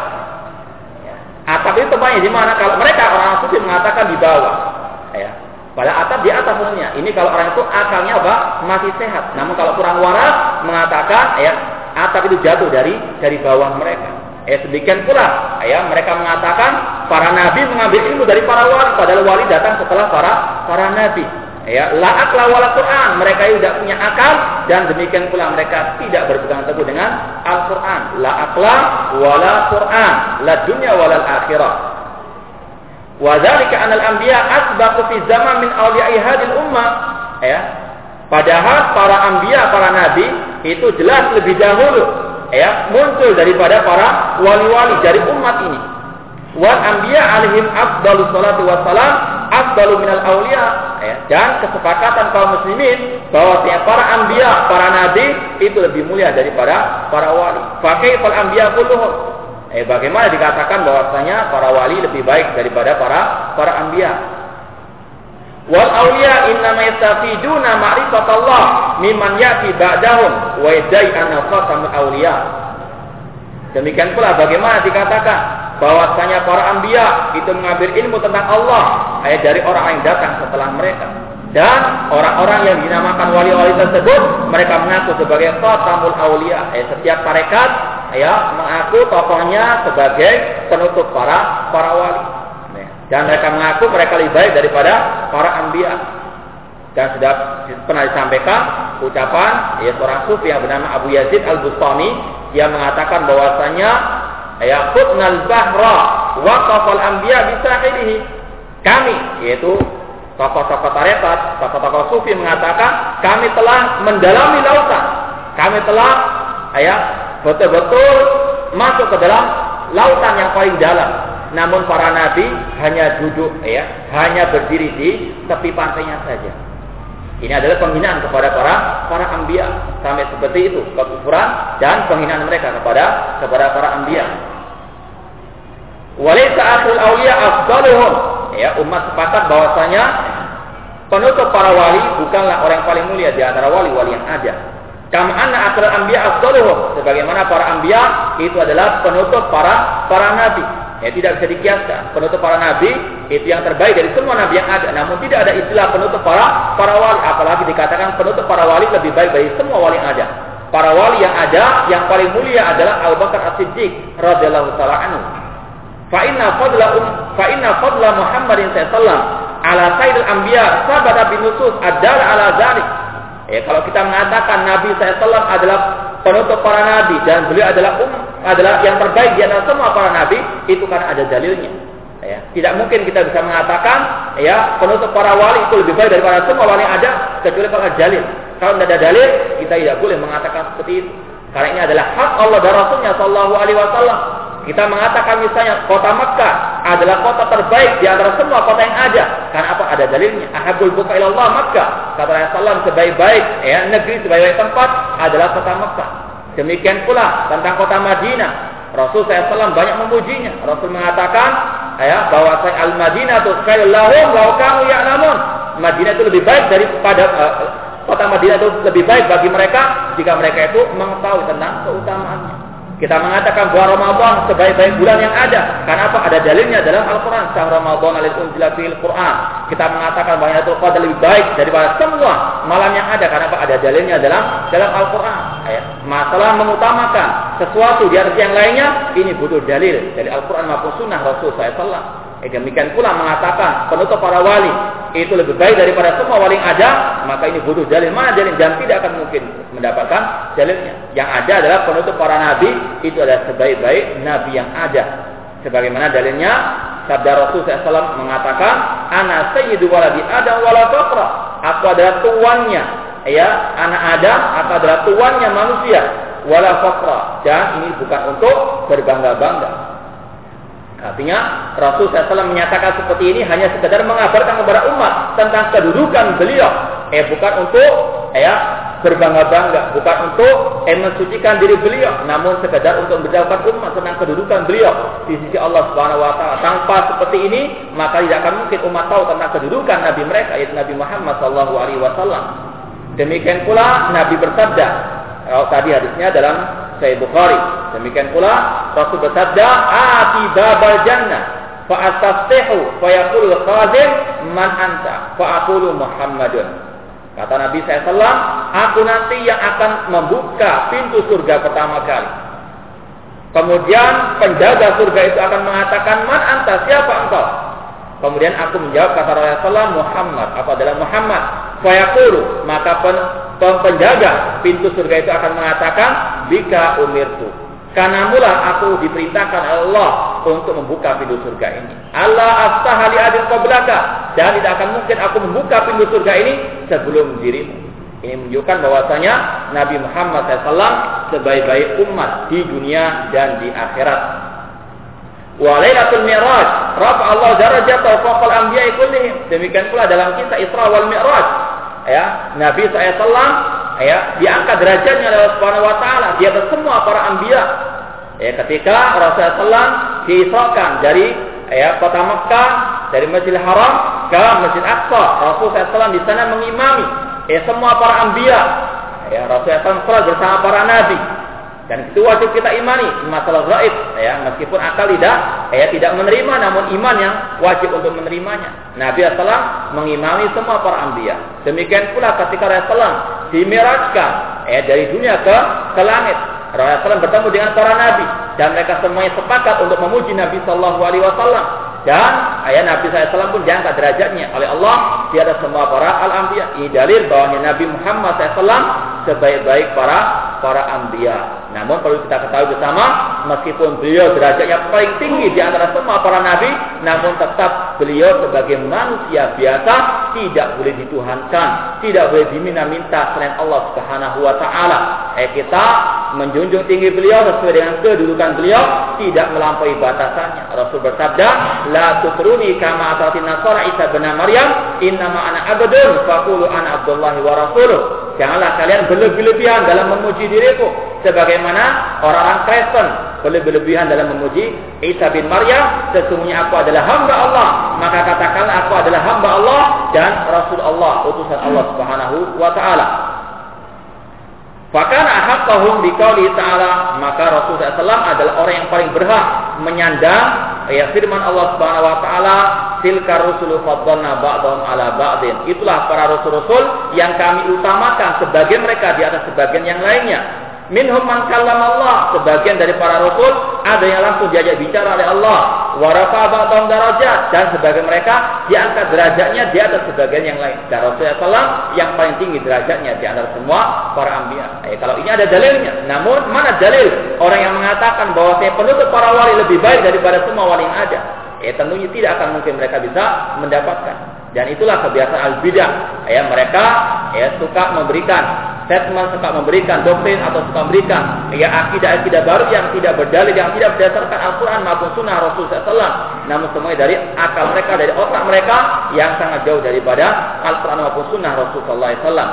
Atap itu tempatnya di mana? Kalau mereka orang sufi mengatakan di bawah. Pada atap di atas sebenarnya. Ini kalau orang itu akalnya masih sehat. Namun kalau kurang waras mengatakan atap itu jatuh dari bawah mereka. Demikian pula mereka mengatakan para nabi mengambil ilmu dari para wali, padahal wali datang setelah para nabi. La aqla wala Qur'an, mereka tidak punya akal dan demikian pula mereka tidak berpegang teguh dengan Al-Qur'an. La aqla wala Qur'an, la dunya wala akhirah. Wa dzalika anal anbiya asbaqu fi zaman min awliya'i hadhihi ummah. Padahal para anbiya, para nabi itu jelas lebih dahulu muncul daripada para wali-wali dari umat ini. Wal anbiya alaihim afdhalus salatu wassalam afdalu minal awliya. Dan kesepakatan kaum muslimin bahwa para anbiya, para nabi itu lebih mulia daripada para wali. Fa kaifal anbiya kulluhum? Bagaimana dikatakan bahwasanya para wali lebih baik daripada para anbiya? Wal awliya innama yastafiduna ma'rifatallah mimman ya'ti ba'dahum wa yadai anna khatamul awliya. Demikian pula bagaimana dikatakan bahwasanya para anbiya itu mengambil ilmu tentang Allah dari orang yang datang setelah mereka. Dan orang-orang yang dinamakan wali-wali tersebut mereka mengaku sebagai khatamul awliya. Setiap tarekat mengaku tokohnya sebagai penutup para wali. Dan mereka mengaku mereka lebih baik daripada para anbiya. Dan sudah pernah disampaikan ucapan seorang sufi yang bernama Abu Yazid Al-Bustami yang mengatakan bahwasanya khutnal bahra waqafal anbiya bisahilihi. Kami, yaitu tokoh-tokoh tarekat, tokoh-tokoh sufi mengatakan kami telah mendalami lautan. Kami telah betul-betul masuk ke dalam lautan yang paling dalam. Namun para nabi hanya duduk, hanya berdiri di tepi pantainya saja. Ini adalah penghinaan kepada para anbiya. Sampai seperti itu kekufuran dan penghinaan mereka kepada para anbiya. Walaysa akhirul awliya afdaluhum. Umat sepakat bahwasanya penutup para wali bukanlah orang yang paling mulia di antara wali-wali yang ada. Kama anna akhirul anbiya afdaluhum. Sebagaimana para anbiya itu adalah penutup para nabi. Ya, tidak bisa dikiaskan. Penutup para nabi itu yang terbaik dari semua nabi yang ada. Namun tidak ada istilah penutup para wali. Apalagi dikatakan penutup para wali lebih baik dari semua wali yang ada. Para wali yang ada yang paling mulia adalah Abu Bakar As-Siddiq radhiyallahu taala anhu. Fa inna fadla Muhammadin sallallahu ala sayyidil anbiya sabata bin nusus adalah ala dzalik. Ya, kalau kita mengatakan Nabi sallallahu adalah penutup para nabi dan beliau adalah yang terbaik di antara semua para nabi, itu karena ada dalilnya. Ya, tidak mungkin kita bisa mengatakan ya penutup para wali itu lebih baik daripada semua wali yang ada kecuali kalau ada dalil. Kalau tidak ada dalil, kita tidak boleh mengatakan seperti itu. Karena ini adalah hak Allah dan Rasulnya Sallallahu Alaihi Wasallam. Kita mengatakan misalnya kota Makkah adalah kota terbaik di antara semua kota yang ada. Karena apa? Ada dalilnya. Ahabul buka ilallah Makkah. Kata Rasulullah sebaik-baik negeri, sebaik-baik tempat adalah kota Makkah. Demikian pula tentang kota Madinah. Rasul SAW banyak memujinya. Rasul mengatakan bahwa al-Madinah itu khairul lahum law kanu ya'lamun. Madinah itu lebih baik daripada kota Madinah itu lebih baik bagi mereka jika mereka itu mengetahui tentang keutamaannya. Kita mengatakan bahwa Ramadan sebaik-baik bulan yang ada. Karena apa? Ada dalilnya dalam Al-Quran. Syahr Ramadan alladzi unzila fihil Quran. Kita mengatakan bahwa Lailatul Qadar lebih baik daripada semua malam yang ada. Karena apa? Ada dalilnya dalam Al-Quran. Masalah mengutamakan sesuatu di atas yang lainnya, ini butuh dalil dari Al-Quran maupun Sunnah Rasul SAW. Demikian pula mengatakan penutup para wali itu lebih baik daripada semua wali yang ada, maka ini butuh dalil. Mana dalil? Dan tidak akan mungkin mendapatkan dalilnya. Yang ada adalah penutup para nabi itu adalah sebaik-baik nabi yang ada. Sebagaimana dalilnya sabda Rasul SAW mengatakan, ana sayyidu waladi Adam wala faqra. Aku adalah tuannya anak Adam, aku adalah tuannya manusia wala faqra. Dan ini bukan untuk berbangga-bangga. Artinya Rasul SAW menyatakan seperti ini hanya sekadar mengabarkan kepada umat tentang kedudukan beliau. Bukan untuk berbangga-bangga, bukan untuk mensucikan diri beliau, namun sekadar untuk memberitahukan umat tentang kedudukan beliau di sisi Allah Subhanahu wa taala. Tanpa seperti ini, maka tidak akan mungkin umat tahu tentang kedudukan nabi mereka, yaitu Nabi Muhammad sallallahu alaihi wasallam. Demikian pula Nabi bersabda, tadi hadisnya dalam Sahih Bukhari. Demikian pula Rasul bersabda, "Ati babal jannah fa astaftihu fa yaqulu khazin man anta fa aqulu Muhammadun." Kata Nabi SAW, aku nanti yang akan membuka pintu surga pertama kali. Kemudian penjaga surga itu akan mengatakan, "Man anta, siapa engkau?" Kemudian aku menjawab, kata Rasulullah, "Muhammad." Aku adalah Muhammad. Fa yaqulu, maka penjaga pintu surga itu akan mengatakan, "Bika umirtu." Karena mula aku diperintahkan Allah untuk membuka pintu surga ini. Allah aftaha li adil qablaka, dan tidak akan mungkin aku membuka pintu surga ini sebelum dirimu. Ini menunjukkan bahwasanya Nabi Muhammad SAW sebaik-baik umat di dunia dan di akhirat. Wa lailatul mi'raj rafa Allah darajatahu fawqal anbiya'i kullihim. Demikian pula dalam kisah Isra wal Mi'raj. Nabi SAW diangkat derajatnya oleh Allah Subhanahu wa taala di atas semua para anbiya. Ketika Rasulullah SAW diisrakan dari kota Makkah, dari Masjidil Haram ke Masjid Aqsa, Rasulullah SAW di sana mengimami semua para anbiya. Rasulullah SAW sholat bersama para nabi. Dan itu wajib kita imani, masalah gaib, meskipun akal tidak menerima, namun iman yang wajib untuk menerimanya. Nabi SAW mengimami semua para anbiya. Demikian pula ketika Rasulullah dimirajkan dari dunia ke langit, Rasulullah bertemu dengan para nabi dan mereka semuanya sepakat untuk memuji Nabi Sallallahu Alaihi Wasallam. Dan Nabi SAW pun diangkat derajatnya oleh Allah di atas semua para al-anbiya. Ini dalil bahwa Nabi Muhammad SAW sebaik-baik para anbiya. Namun perlu kita ketahui bersama, meskipun beliau derajatnya paling tinggi di antara semua para nabi, namun tetap beliau sebagai manusia biasa tidak boleh dituhankan, tidak boleh diminta-minta selain Allah Subhanahu wa taala. Kita menjunjung tinggi beliau sesuai dengan kedudukan beliau, tidak melampaui batasannya. Rasul bersabda, "La tutruni kama atatin nasara Isa bin Maryam, innama ana abdun faqulu ana Abdullah wa rasuluh." Janganlah kalian berlebih-lebihan dalam memuji diriku sebagaimana orang-orang Kristen berlebih-lebihan dalam memuji Isa bin Maryam. Sesungguhnya aku adalah hamba Allah, maka katakanlah aku adalah hamba Allah dan Rasul Allah, utusan Allah Subhanahu wa taala. Fakana haqqahum biqauli ta'ala, maka Rasulullah SAW adalah orang yang paling berhak menyandang firman Allah Subhanahu wa taala, tilkar rusulu faddalna ba'dahum ala ba'din. Itulah para rasul-rasul yang kami utamakan sebagian mereka di atas sebagian yang lainnya. Minhum man kallama Allah, sebagian dari para rasul ada yang langsung diajak bicara oleh Allah, wa rafa'a ba'dahum darajat, dan sebagian mereka diangkat derajatnya di atas sebagian yang lain. Dan Rasulullah SAW yang paling tinggi derajatnya di antara semua para anbiya. Kalau ini ada dalilnya. Namun mana dalil orang yang mengatakan bahwa penutup para wali lebih baik daripada semua wali yang ada? Tentunya tidak akan mungkin mereka bisa mendapatkan. Dan itulah kebiasaan al-bidah. Mereka suka memberikan statement, suka memberikan doktrin atau suka memberikan akidah-akidah baru yang tidak berdalil, yang tidak berdasarkan Al-Quran maupun Sunnah Rasul SAW. Namun semuanya dari akal mereka, dari otak mereka yang sangat jauh daripada Al-Quran maupun Sunnah Rasul SAW.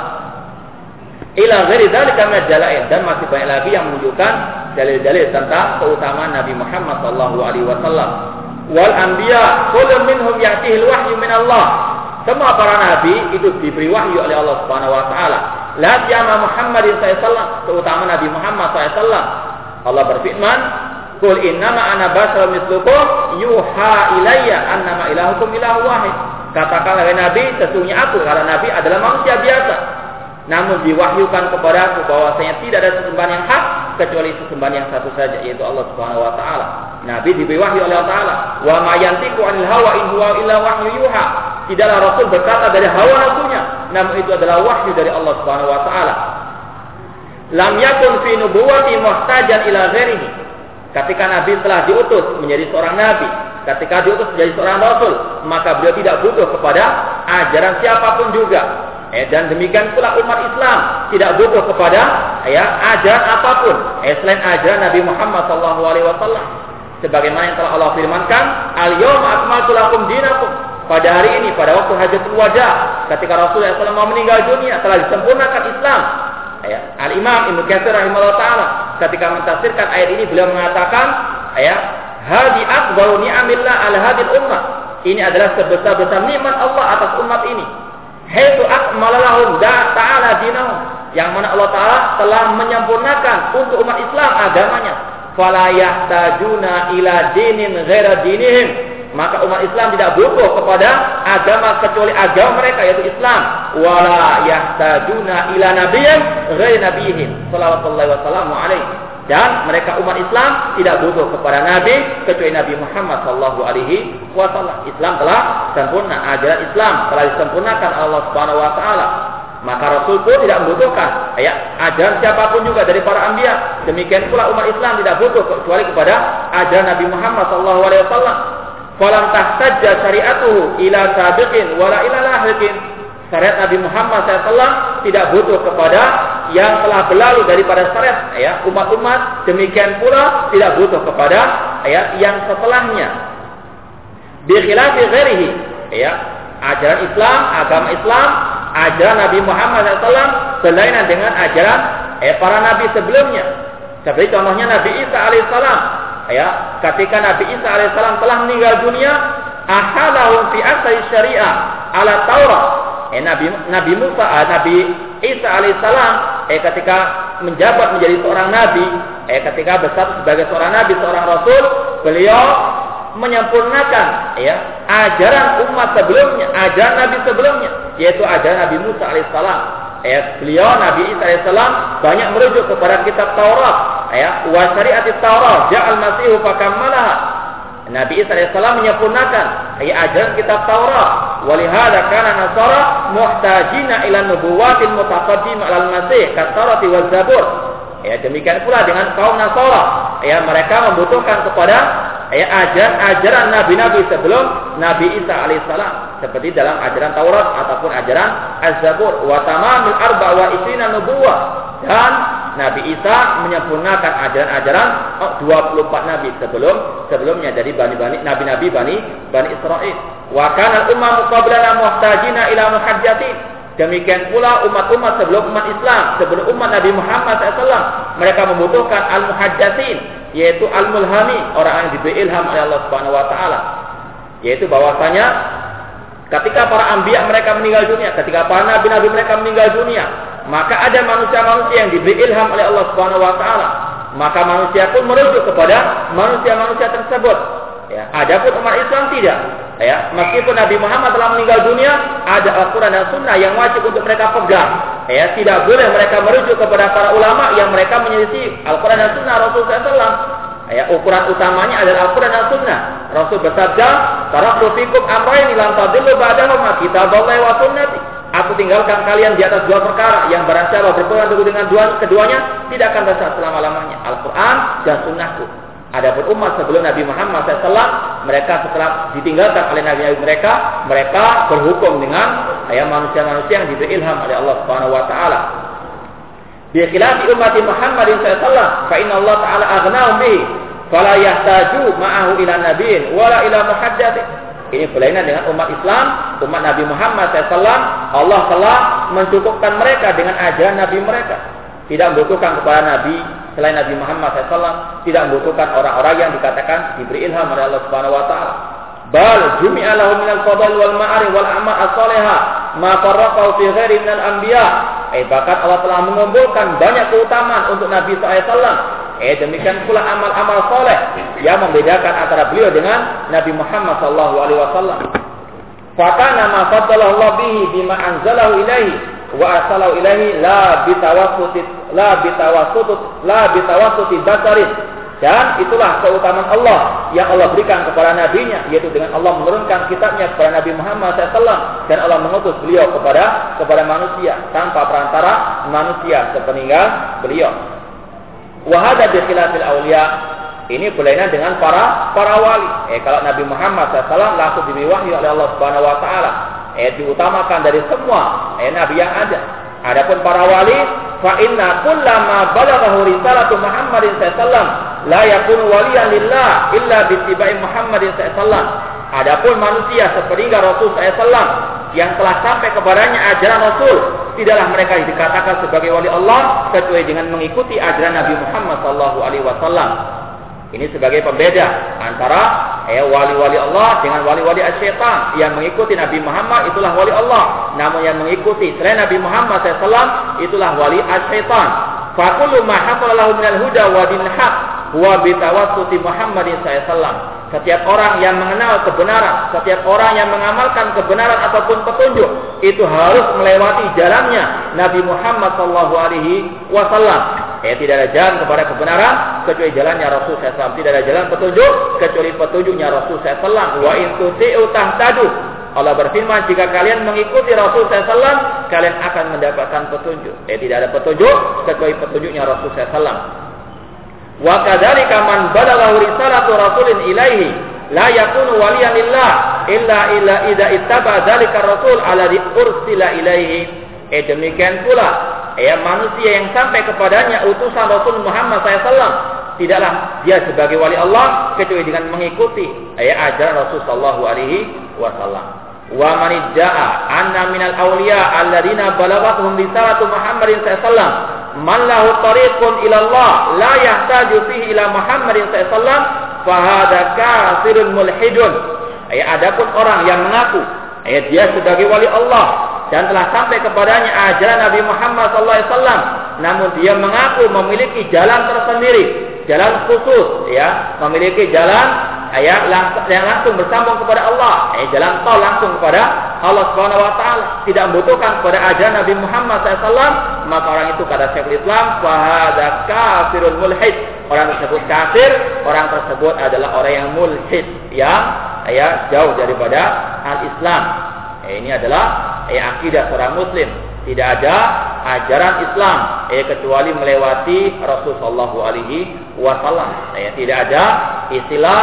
Ila ghairi dzalika min dalail, dan masih banyak lagi yang menunjukkan dalil-dalil tentang keutamaan Nabi Muhammad SAW. Wal anbiya kullun minhum ya'tihil wahyu min Allah. Semua para nabi itu diberi wahyu oleh Allah Subhanahu wa taala. La siyama Muhammadin sallallahu, terutama Nabi Muhammad sallallahu. Allah berfirman, "Qul innama ana basharun mithlukum yuha ilayya annama ilahukum ilahu wahid." Katakanlah Nabi, sesungguhnya aku, karena Nabi adalah manusia biasa, namun diwahyukan kepadaku bahwasanya tidak ada sesembahan yang hak kecuali sesembahan yang satu saja, yaitu Allah Subhanahu wa taala. Nabi diberi wahyu oleh Allah Taala. Wa ma yantiqu 'anil hawa in huwa illa wahyu yuha. Tidaklah Rasul berkata dari hawa nafsunya, namun itu adalah wahyu dari Allah Subhanahu wa taala. Lam yakun fi nubuwwati muhtajan ila ghairihi. Ketika Nabi telah diutus menjadi seorang nabi, ketika diutus menjadi seorang rasul, maka beliau tidak butuh kepada ajaran siapapun juga. Dan demikian pula umat Islam tidak butuh kepada ajaran apapun selain ajaran Nabi Muhammad SAW. Sebagaimana yang telah Allah firmankan, al-yawma akmaltu lakum dinakum. Pada hari ini, pada waktu Hajatul Wada, ketika Rasulullah SAW mau meninggal dunia, telah disempurnakan Islam. Al-Imam Ibnu Katsir rahimahullah taala ketika mentafsirkan ayat ini, beliau mengatakan, hadi akbaru ni'amillah ala hadil ummah. Ini adalah sebesar-besar nikmat Allah atas umat ini. Haitu akmalalahum ta'ala dinahum, yang mana Allah Ta'ala telah menyempurnakan untuk umat Islam agamanya. Fala yahtajuna ila dinin ghaira dinihim, maka umat Islam tidak butuh kepada agama kecuali agama mereka, yaitu Islam. Wala yahtajuna ila nabiyyin ghaira nabiyihim sallallahu wasallam alaihi, dan mereka umat Islam tidak butuh kepada nabi kecuali Nabi Muhammad sallallahu alaihi wasallam. Islam telah sempurna, ajaran Islam telah disempurnakan Allah Subhanahu wa taala. Maka Rasul pun tidak membutuhkan ajaran siapapun juga dari para anbiya. Demikian pula umat Islam tidak butuh kecuali kepada ajaran Nabi Muhammad sallallahu alaihi wasallam. Falam tahtajja syari'atuhu ila sabiqin wala ila lahiqin. Syariat Nabi Muhammad SAW tidak butuh kepada yang telah berlalu daripada syariat umat-umat. Demikian pula tidak butuh kepada yang setelahnya. Bi khilafi ghairihi, ajaran Islam, agama Islam, ajaran Nabi Muhammad SAW berlainan dengan ajaran para nabi sebelumnya. Seperti contohnya Nabi Isa alaihissalam. Ketika Nabi Isa alaihissalam telah meninggal dunia, ahalahu fi asai syariah ala Taurat. Nabi Isa alaihissalam ketika menjabat menjadi seorang nabi, ketika besar sebagai seorang nabi, seorang rasul, beliau menyempurnakan ajaran umat sebelumnya, ajaran nabi sebelumnya, yaitu ajaran Nabi Musa alaihissalam. Beliau Nabi Isa alaihissalam banyak merujuk kepada kitab Taurat, wa syariatit Taurat ja'al masihu fakammalaha. Nabi Isa alaihissalam menyempurnakan ajaran kitab Taurat. Walihada kana Nasara muhtajina ila nubuwatil mutaqaddim alal masih kat-Taurati waz Zabur. Demikian pula dengan kaum Nasara, mereka membutuhkan kepada ajaran nabi-nabi sebelum Nabi Isa alaihissalam, seperti dalam ajaran Taurat ataupun ajaran Az-Zabur. Wa tamamil arba wa isina nubuwah, dan Nabi Isa menyempurnakan ajaran-ajaran 24 nabi sebelumnya dari nabi-nabi Bani Israil. Wa kana al-umam qablana muhtajina ila muhajjatin. Demikian pula umat-umat sebelum umat Islam, sebelum umat Nabi Muhammad SAW, mereka membutuhkan al-muhajjatin, yaitu al-mulhami, orang yang diberi ilham oleh Allah Subhanahu wa taala. Yaitu bahwasanya ketika para anbiya mereka meninggal dunia, ketika para nabi-nabi mereka meninggal dunia, maka ada manusia-manusia yang diberi ilham oleh Allah Subhanahu wa taala. Maka manusia pun merujuk kepada manusia-manusia tersebut. Ya, adapun umat Islam tidak. Ya, meskipun Nabi Muhammad telah meninggal dunia, ada Al-Quran dan Sunnah yang wajib untuk mereka pegang. Ya, tidak boleh mereka merujuk kepada para ulama yang mereka menyelisih Al-Quran dan Sunnah Rasulullah SAW. Ya, ukuran utamanya adalah Al-Quran dan Sunnah. Rasul bersabda, "Taraktu fikum amrayn lan tadillu ba'dahuma kitaballahi wa sunnati." Aku tinggalkan kalian di atas dua perkara yang barang siapa berpegang teguh dengan keduanya tidak akan sesat selama-lamanya, Al-Quran dan Sunnahku. Adapun umat sebelum Nabi Muhammad SAW, mereka setelah ditinggalkan oleh nabi-nabi mereka berhukum dengan manusia-manusia yang diberi ilham oleh Allah Subhanahu wa taala. Bi khilafi ummati Muhammadin SAW, fa inna Allah taala aghnahum bihi, fala yahtaju ma'ahu ila nabiyyin wala ila muhaddatsin. Ini berlainan dengan umat Islam, umat Nabi Muhammad SAW. Allah telah mencukupkan mereka dengan ajaran Nabi mereka. Tidak membutuhkan kepada Nabi selain Nabi Muhammad SAW. Tidak membutuhkan orang-orang yang dikatakan diberi ilham oleh Allah Subhanahu Wa Taala. Bal jumi'a lahum minal fadail wal ma'arif wal a'mal as-salihah ma farraqahu fi ghairi minal anbiya. Bahkan Allah telah mengumpulkan banyak keutamaan untuk Nabi SAW. Demikian pula amal-amal soleh yang membedakan antara beliau dengan Nabi Muhammad SAW. Fakana ma faddalahu Allah bihi bima anzalahu ilaihi wa arsalahu ilaihi la bitawassuti basarin. Dan itulah keutamaan Allah yang Allah berikan kepada nabinya, yaitu dengan Allah menurunkan kitabnya kepada Nabi Muhammad SAW dan Allah mengutus beliau kepada manusia tanpa perantara manusia sepeninggal beliau. Wahada bi khilafil auliya, ini berlainan dengan para wali. Kalau Nabi Muhammad SAW langsung diberi wahyu oleh Allah Subhanahu wa taala, diutamakan dari semua nabi yang ada. Adapun para wali, fa inna kullama balaghahu risalatu Muhammadin sallallahu la yakunu waliyan lillah illa bi ittiba'i Muhammadin sallallahu. Adapun manusia sepeninggal Rasul sallallahu yang telah sampai kepadanya ajaran Rasul, tidaklah mereka dikatakan sebagai wali Allah kecuali dengan mengikuti ajaran Nabi Muhammad SAW. Ini sebagai pembeda antara wali-wali Allah dengan wali-wali asyaitan. Yang mengikuti Nabi Muhammad itulah wali Allah, namun yang mengikuti selain Nabi Muhammad SAW itulah wali asyaitan. Fa kullu ma hasala lahu minal huda wa dinil haq huwa bi tawassuti Muhammadin SAW. Setiap orang yang mengenal kebenaran, setiap orang yang mengamalkan kebenaran ataupun petunjuk, itu harus melewati jalannya Nabi Muhammad SAW. Tidak ada jalan kepada kebenaran kecuali jalannya Rasul SAW. Tidak ada jalan petunjuk kecuali petunjuknya Rasul SAW. Wa in tuti'u tahtadu. Allah berfirman, jika kalian mengikuti Rasul SAW, kalian akan mendapatkan petunjuk. Tidak ada petunjuk kecuali petunjuknya Rasul SAW. Wa kadzalika man balaghahu risalatu rasulin ilaihi la yakunu waliyan lillah illa idza ittaba dzalika rasul alladhi ursila ilaihi. Demikian pula manusia yang sampai kepadanya utusan Rasul Muhammad SAW, tidaklah dia sebagai wali Allah kecuali dengan mengikuti ajaran Rasul sallallahu alaihi wasallam. Wa man idda'a anna minal awliya alladziina balaghathum risalatu Muhammadin sallallahu man lahu tariqun ila Allah la yahtaju fihi ila Muhammadin sallallahu fa hadza kafirun mulhidun. Adapun orang yang mengaku dia sebagai wali Allah dan telah sampai kepadanya ajaran Nabi Muhammad SAW, namun dia mengaku memiliki jalan tersendiri, jalan khusus, memiliki jalan yang langsung bersambung kepada Allah, jalan tol langsung kepada Allah Subhanahu wa taala, tidak membutuhkan kepada ajaran Nabi Muhammad SAW, maka orang itu kata Syekhul Islam, fa hadza kafirun mulhid. Orang tersebut kafir, orang tersebut adalah orang yang mulhid, yang jauh daripada al-Islam. Ini adalah akidah seorang muslim. Tidak ada ajaran Islam kecuali melewati Rasul sallallahu alaihi wasallam. Tidak ada istilah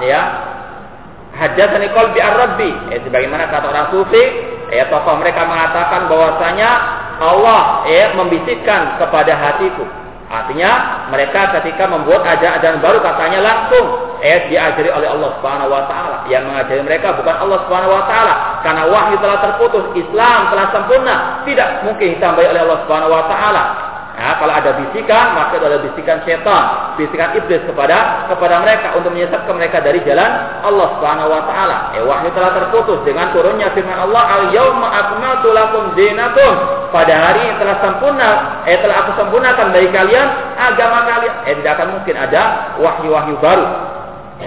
hadatsani qalbi ar-rabbi. Sebagaimana kata orang sufi, tokoh mereka mengatakan bahwasanya Allah membisikkan kepada hatiku. Artinya mereka ketika membuat ajaran baru katanya langsung diajari oleh Allah Subhanahu wa taala. Yang mengajari mereka bukan Allah Subhanahu wa taala, karena wahyu telah terputus, Islam telah sempurna, tidak mungkin ditambahi oleh Allah Subhanahu wa taala. Kalau ada bisikan, maka itu ada bisikan setan, bisikan iblis kepada mereka untuk menyesatkan mereka dari jalan Allah Subhanahu wa taala. Wahyu telah terputus dengan turunnya firman Allah, "Al-yauma akmaltu lakum dinakum." Pada hari ini telah sempurna, telah aku sempurnakan bagi kalian agama kalian. Tidak akan mungkin ada wahyu-wahyu baru.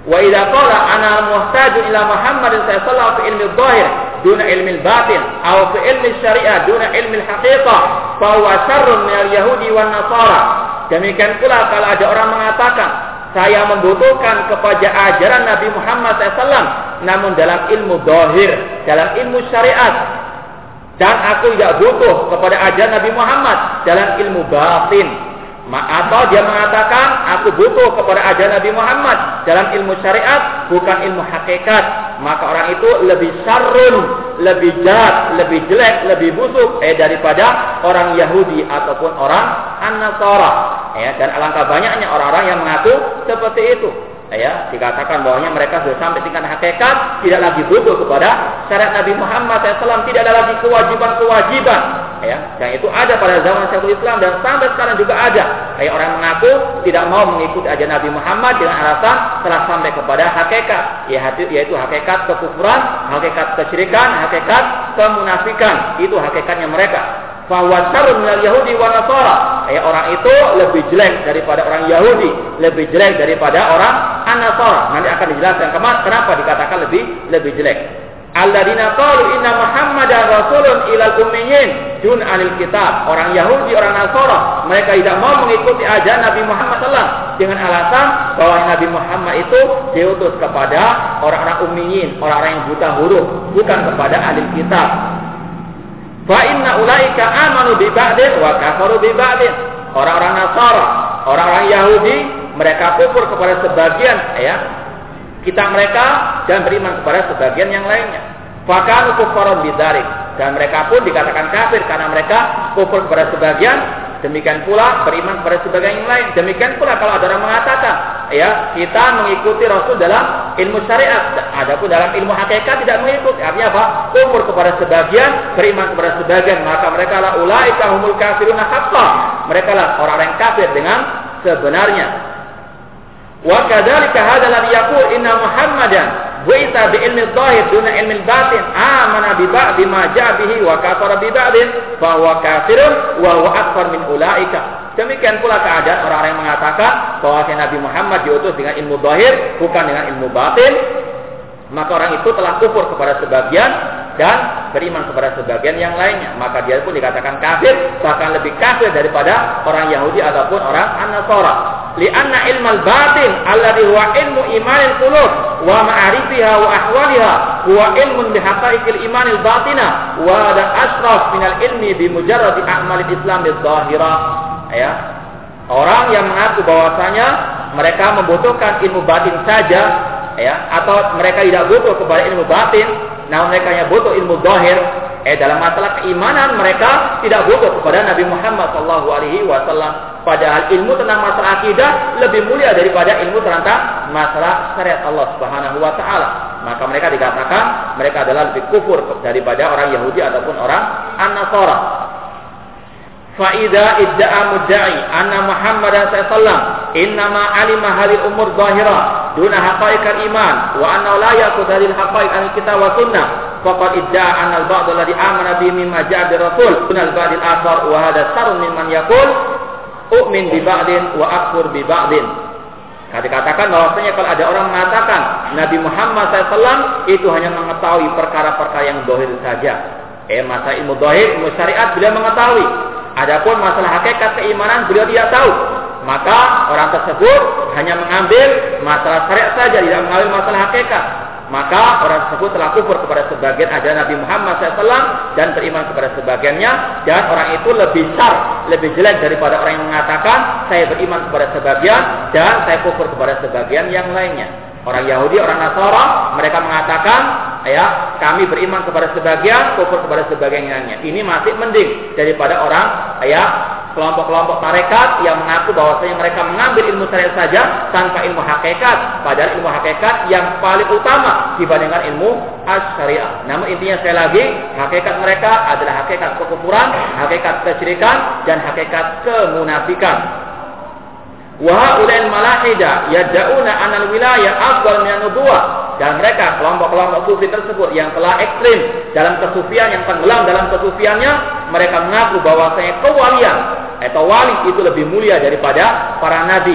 Wa idza qala ana muhtajun ila Muhammadin sallallahu alaihi wasallam fi ilmi dhahir duna ilmi batin atau fi ilmi syariah duna ilmi haqiqah fa huwa syarrun min al-yahudi wan nasara. Demikian pula kalau ada orang mengatakan saya membutuhkan kepada ajaran Nabi Muhammad SAW namun dalam ilmu dhahir, dalam ilmu syariat, dan aku tidak butuh kepada ajaran Nabi Muhammad dalam ilmu batin. Atau dia mengatakan aku butuh kepada ajaran Nabi Muhammad dalam ilmu syariat bukan ilmu hakikat, maka orang itu lebih syarrun, lebih jahat, lebih jelek, lebih busuk daripada orang Yahudi ataupun orang An-Nasara. Dan alangkah banyaknya orang-orang yang mengaku seperti itu. Dikatakan bahwanya mereka sudah sampai tingkat hakikat, tidak lagi butuh kepada syariat Nabi Muhammad SAW, tidak ada lagi kewajiban-kewajiban. Dan itu ada pada zaman Syekhul Islam dan sampai sekarang juga ada. Orang mengaku tidak mau mengikuti ajaran Nabi Muhammad dengan alasan telah sampai kepada hakikat, yaitu hakikat kekufuran, hakikat kesyirikan, hakikat kemunafikan. Itu hakikatnya mereka. Fahuwa syarrun minal Yahudi wa Nasara. Orang itu lebih jelek daripada orang Yahudi, lebih jelek daripada orang An-Nasara. Nanti akan dijelaskan kenapa dikatakan lebih jelek. Alladzina qalu inna Muhammadan rasulun ilal ummiyin dun anil kitab. Orang Yahudi, orang Nasara, mereka tidak mau mengikuti ajaran Nabi Muhammad SAW dengan alasan bahwa Nabi Muhammad itu diutus kepada orang-orang ummiyin, orang-orang yang buta huruf, bukan kepada ahli kitab. Fa inna ulaika amanu bi ba'din wa kafaru bi ba'din. Orang-orang Nasara, orang-orang Yahudi, mereka kufur kepada sebagian kitab mereka dan beriman kepada sebagian yang lainnya. Fakanu kufaron bidzalik, dan mereka pun dikatakan kafir karena mereka kufur kepada sebagian, demikian pula beriman kepada sebagian yang lain. Demikian pula kalau ada orang mengatakan kita mengikuti Rasul dalam ilmu syariat, adapun dalam ilmu hakikat tidak mengikuti. Artinya apa? Kufur kepada sebagian, beriman kepada sebagian, maka mereka lah ulaika humul kafiruna haqqan. Mereka lah orang-orang yang kafir dengan sebenarnya. Wa kadzalika hadza lam yaqul inna Muhammadan bu'itha bi ilmi dhahir duna ilmi batin amana bi ba'di ma ja'a bihi wa kafara bi ba'din fa huwa kafirun wa huwa akfar min ulaika. Demikian pula keadaan orang-orang yang mengatakan bahwa Nabi Muhammad diutus dengan ilmu dhahir bukan dengan ilmu batin, maka orang itu telah kufur kepada sebagian dan beriman kepada sebagian yang lainnya, maka dia pun dikatakan kafir, bahkan lebih kafir daripada orang Yahudi ataupun orang An-Nasara. Lianna ilmal batin alladhi huwa ilmu imanil qulub wa ma'arifiha wa ahwaliha huwa ilmun bihaqaiqil imanil batina wa hada asraf minal ilmi bi mujarradi a'malil islam bil-zahira. Orang yang mengaku bahwasanya mereka membutuhkan ilmu batin saja, atau mereka tidak butuh kepada ilmu batin, namun mereka hanya butuh ilmu zahir. Dalam masalah keimanan mereka tidak butuh kepada Nabi Muhammad SAW. Padahal ilmu tentang masalah akidah lebih mulia daripada ilmu tentang masalah syariat Allah Subhanahu wa taala. Maka mereka dikatakan mereka adalah lebih kufur daripada orang Yahudi ataupun orang An-Nasara. Fa'idha idda'a mudda'i anna Muhammadan sallallahu innama alima hadil umur zahira duna haqaiqal iman wa anna la yaqud hadil haqaiq al-kitab wa sunnah faqad idda'a anna al-ba'd alladhi amana bihi mimma ja'a bi rasul duna al-ba'd al-akhar wa hadha sarun mimman yaqul u'min bi ba'din wa akfur bi ba'din. Dikatakan bahwasanya kalau ada orang mengatakan Nabi Muhammad SAW itu hanya mengetahui perkara-perkara yang zahir saja. Masalah ilmu zahir, ilmu syariat beliau mengetahui. Adapun masalah hakikat keimanan beliau tidak tahu. Maka orang tersebut hanya mengambil masalah syariat saja, tidak mengambil masalah hakikat. Maka orang tersebut telah kufur kepada sebagian ajaran Nabi Muhammad SAW dan beriman kepada sebagiannya. Dan orang itu lebih syar, lebih jelek daripada orang yang mengatakan saya beriman kepada sebagian dan saya kufur kepada sebagian yang lainnya. Orang Yahudi, orang Nasara, mereka mengatakan kami beriman kepada sebagian, kufur kepada sebagian yang lainnya. Ini masih mending daripada orang kelompok-kelompok tarekat yang mengaku bahwasanya mereka mengambil ilmu syariat saja tanpa ilmu hakikat, padahal ilmu hakikat yang paling utama dibandingkan ilmu asy-syariah. Namun intinya sekali lagi, hakikat mereka adalah hakikat kekufuran, hakikat kesyirikan dan hakikat kemunafikan. Wa haula'il malahida yad'una anal wilayah afdal min an-nubuwah. Dan mereka kelompok-kelompok sufi tersebut yang telah ekstrim dalam kesufian, yang tenggelam dalam kesufiannya, mereka mengaku bahwasanya kewalian atau wali itu lebih mulia daripada para nabi.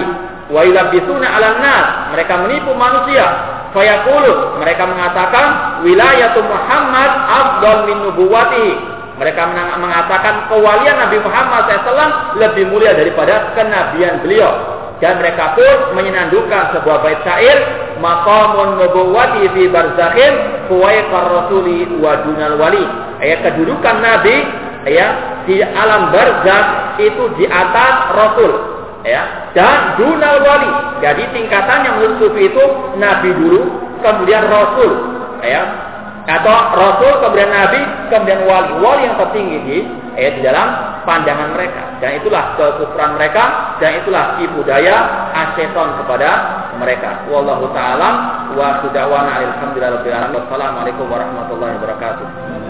wa yulabbisuna 'alan nas, mereka menipu manusia. Fayaqulu, mereka mengatakan wilayatu Muhammad afdal min nubuwwatihi. Mereka mengatakan kewalian Nabi Muhammad SAW lebih mulia daripada kenabian beliau. Dan mereka pun menyenandungkan sebuah bait syair, maqamun nubuwwati fi barzakhin fuwaiqar rasuli wa dunal wali. Kedudukan Nabi di alam barzakh itu di atas Rasul, dan dunal wali. Jadi tingkatannya menurut sufi itu Nabi dulu, kemudian Rasul, atau Rasul, kemudian Nabi, kemudian wali. Wali yang tertinggi di dalam pandangan mereka. Dan itulah kekufuran mereka, dan itulah tipu daya asyaiton kepada mereka. Wallahu ta'ala wa sudawana alhamdulillahirabbil alamin. Wassalamualaikum warahmatullahi wabarakatuh.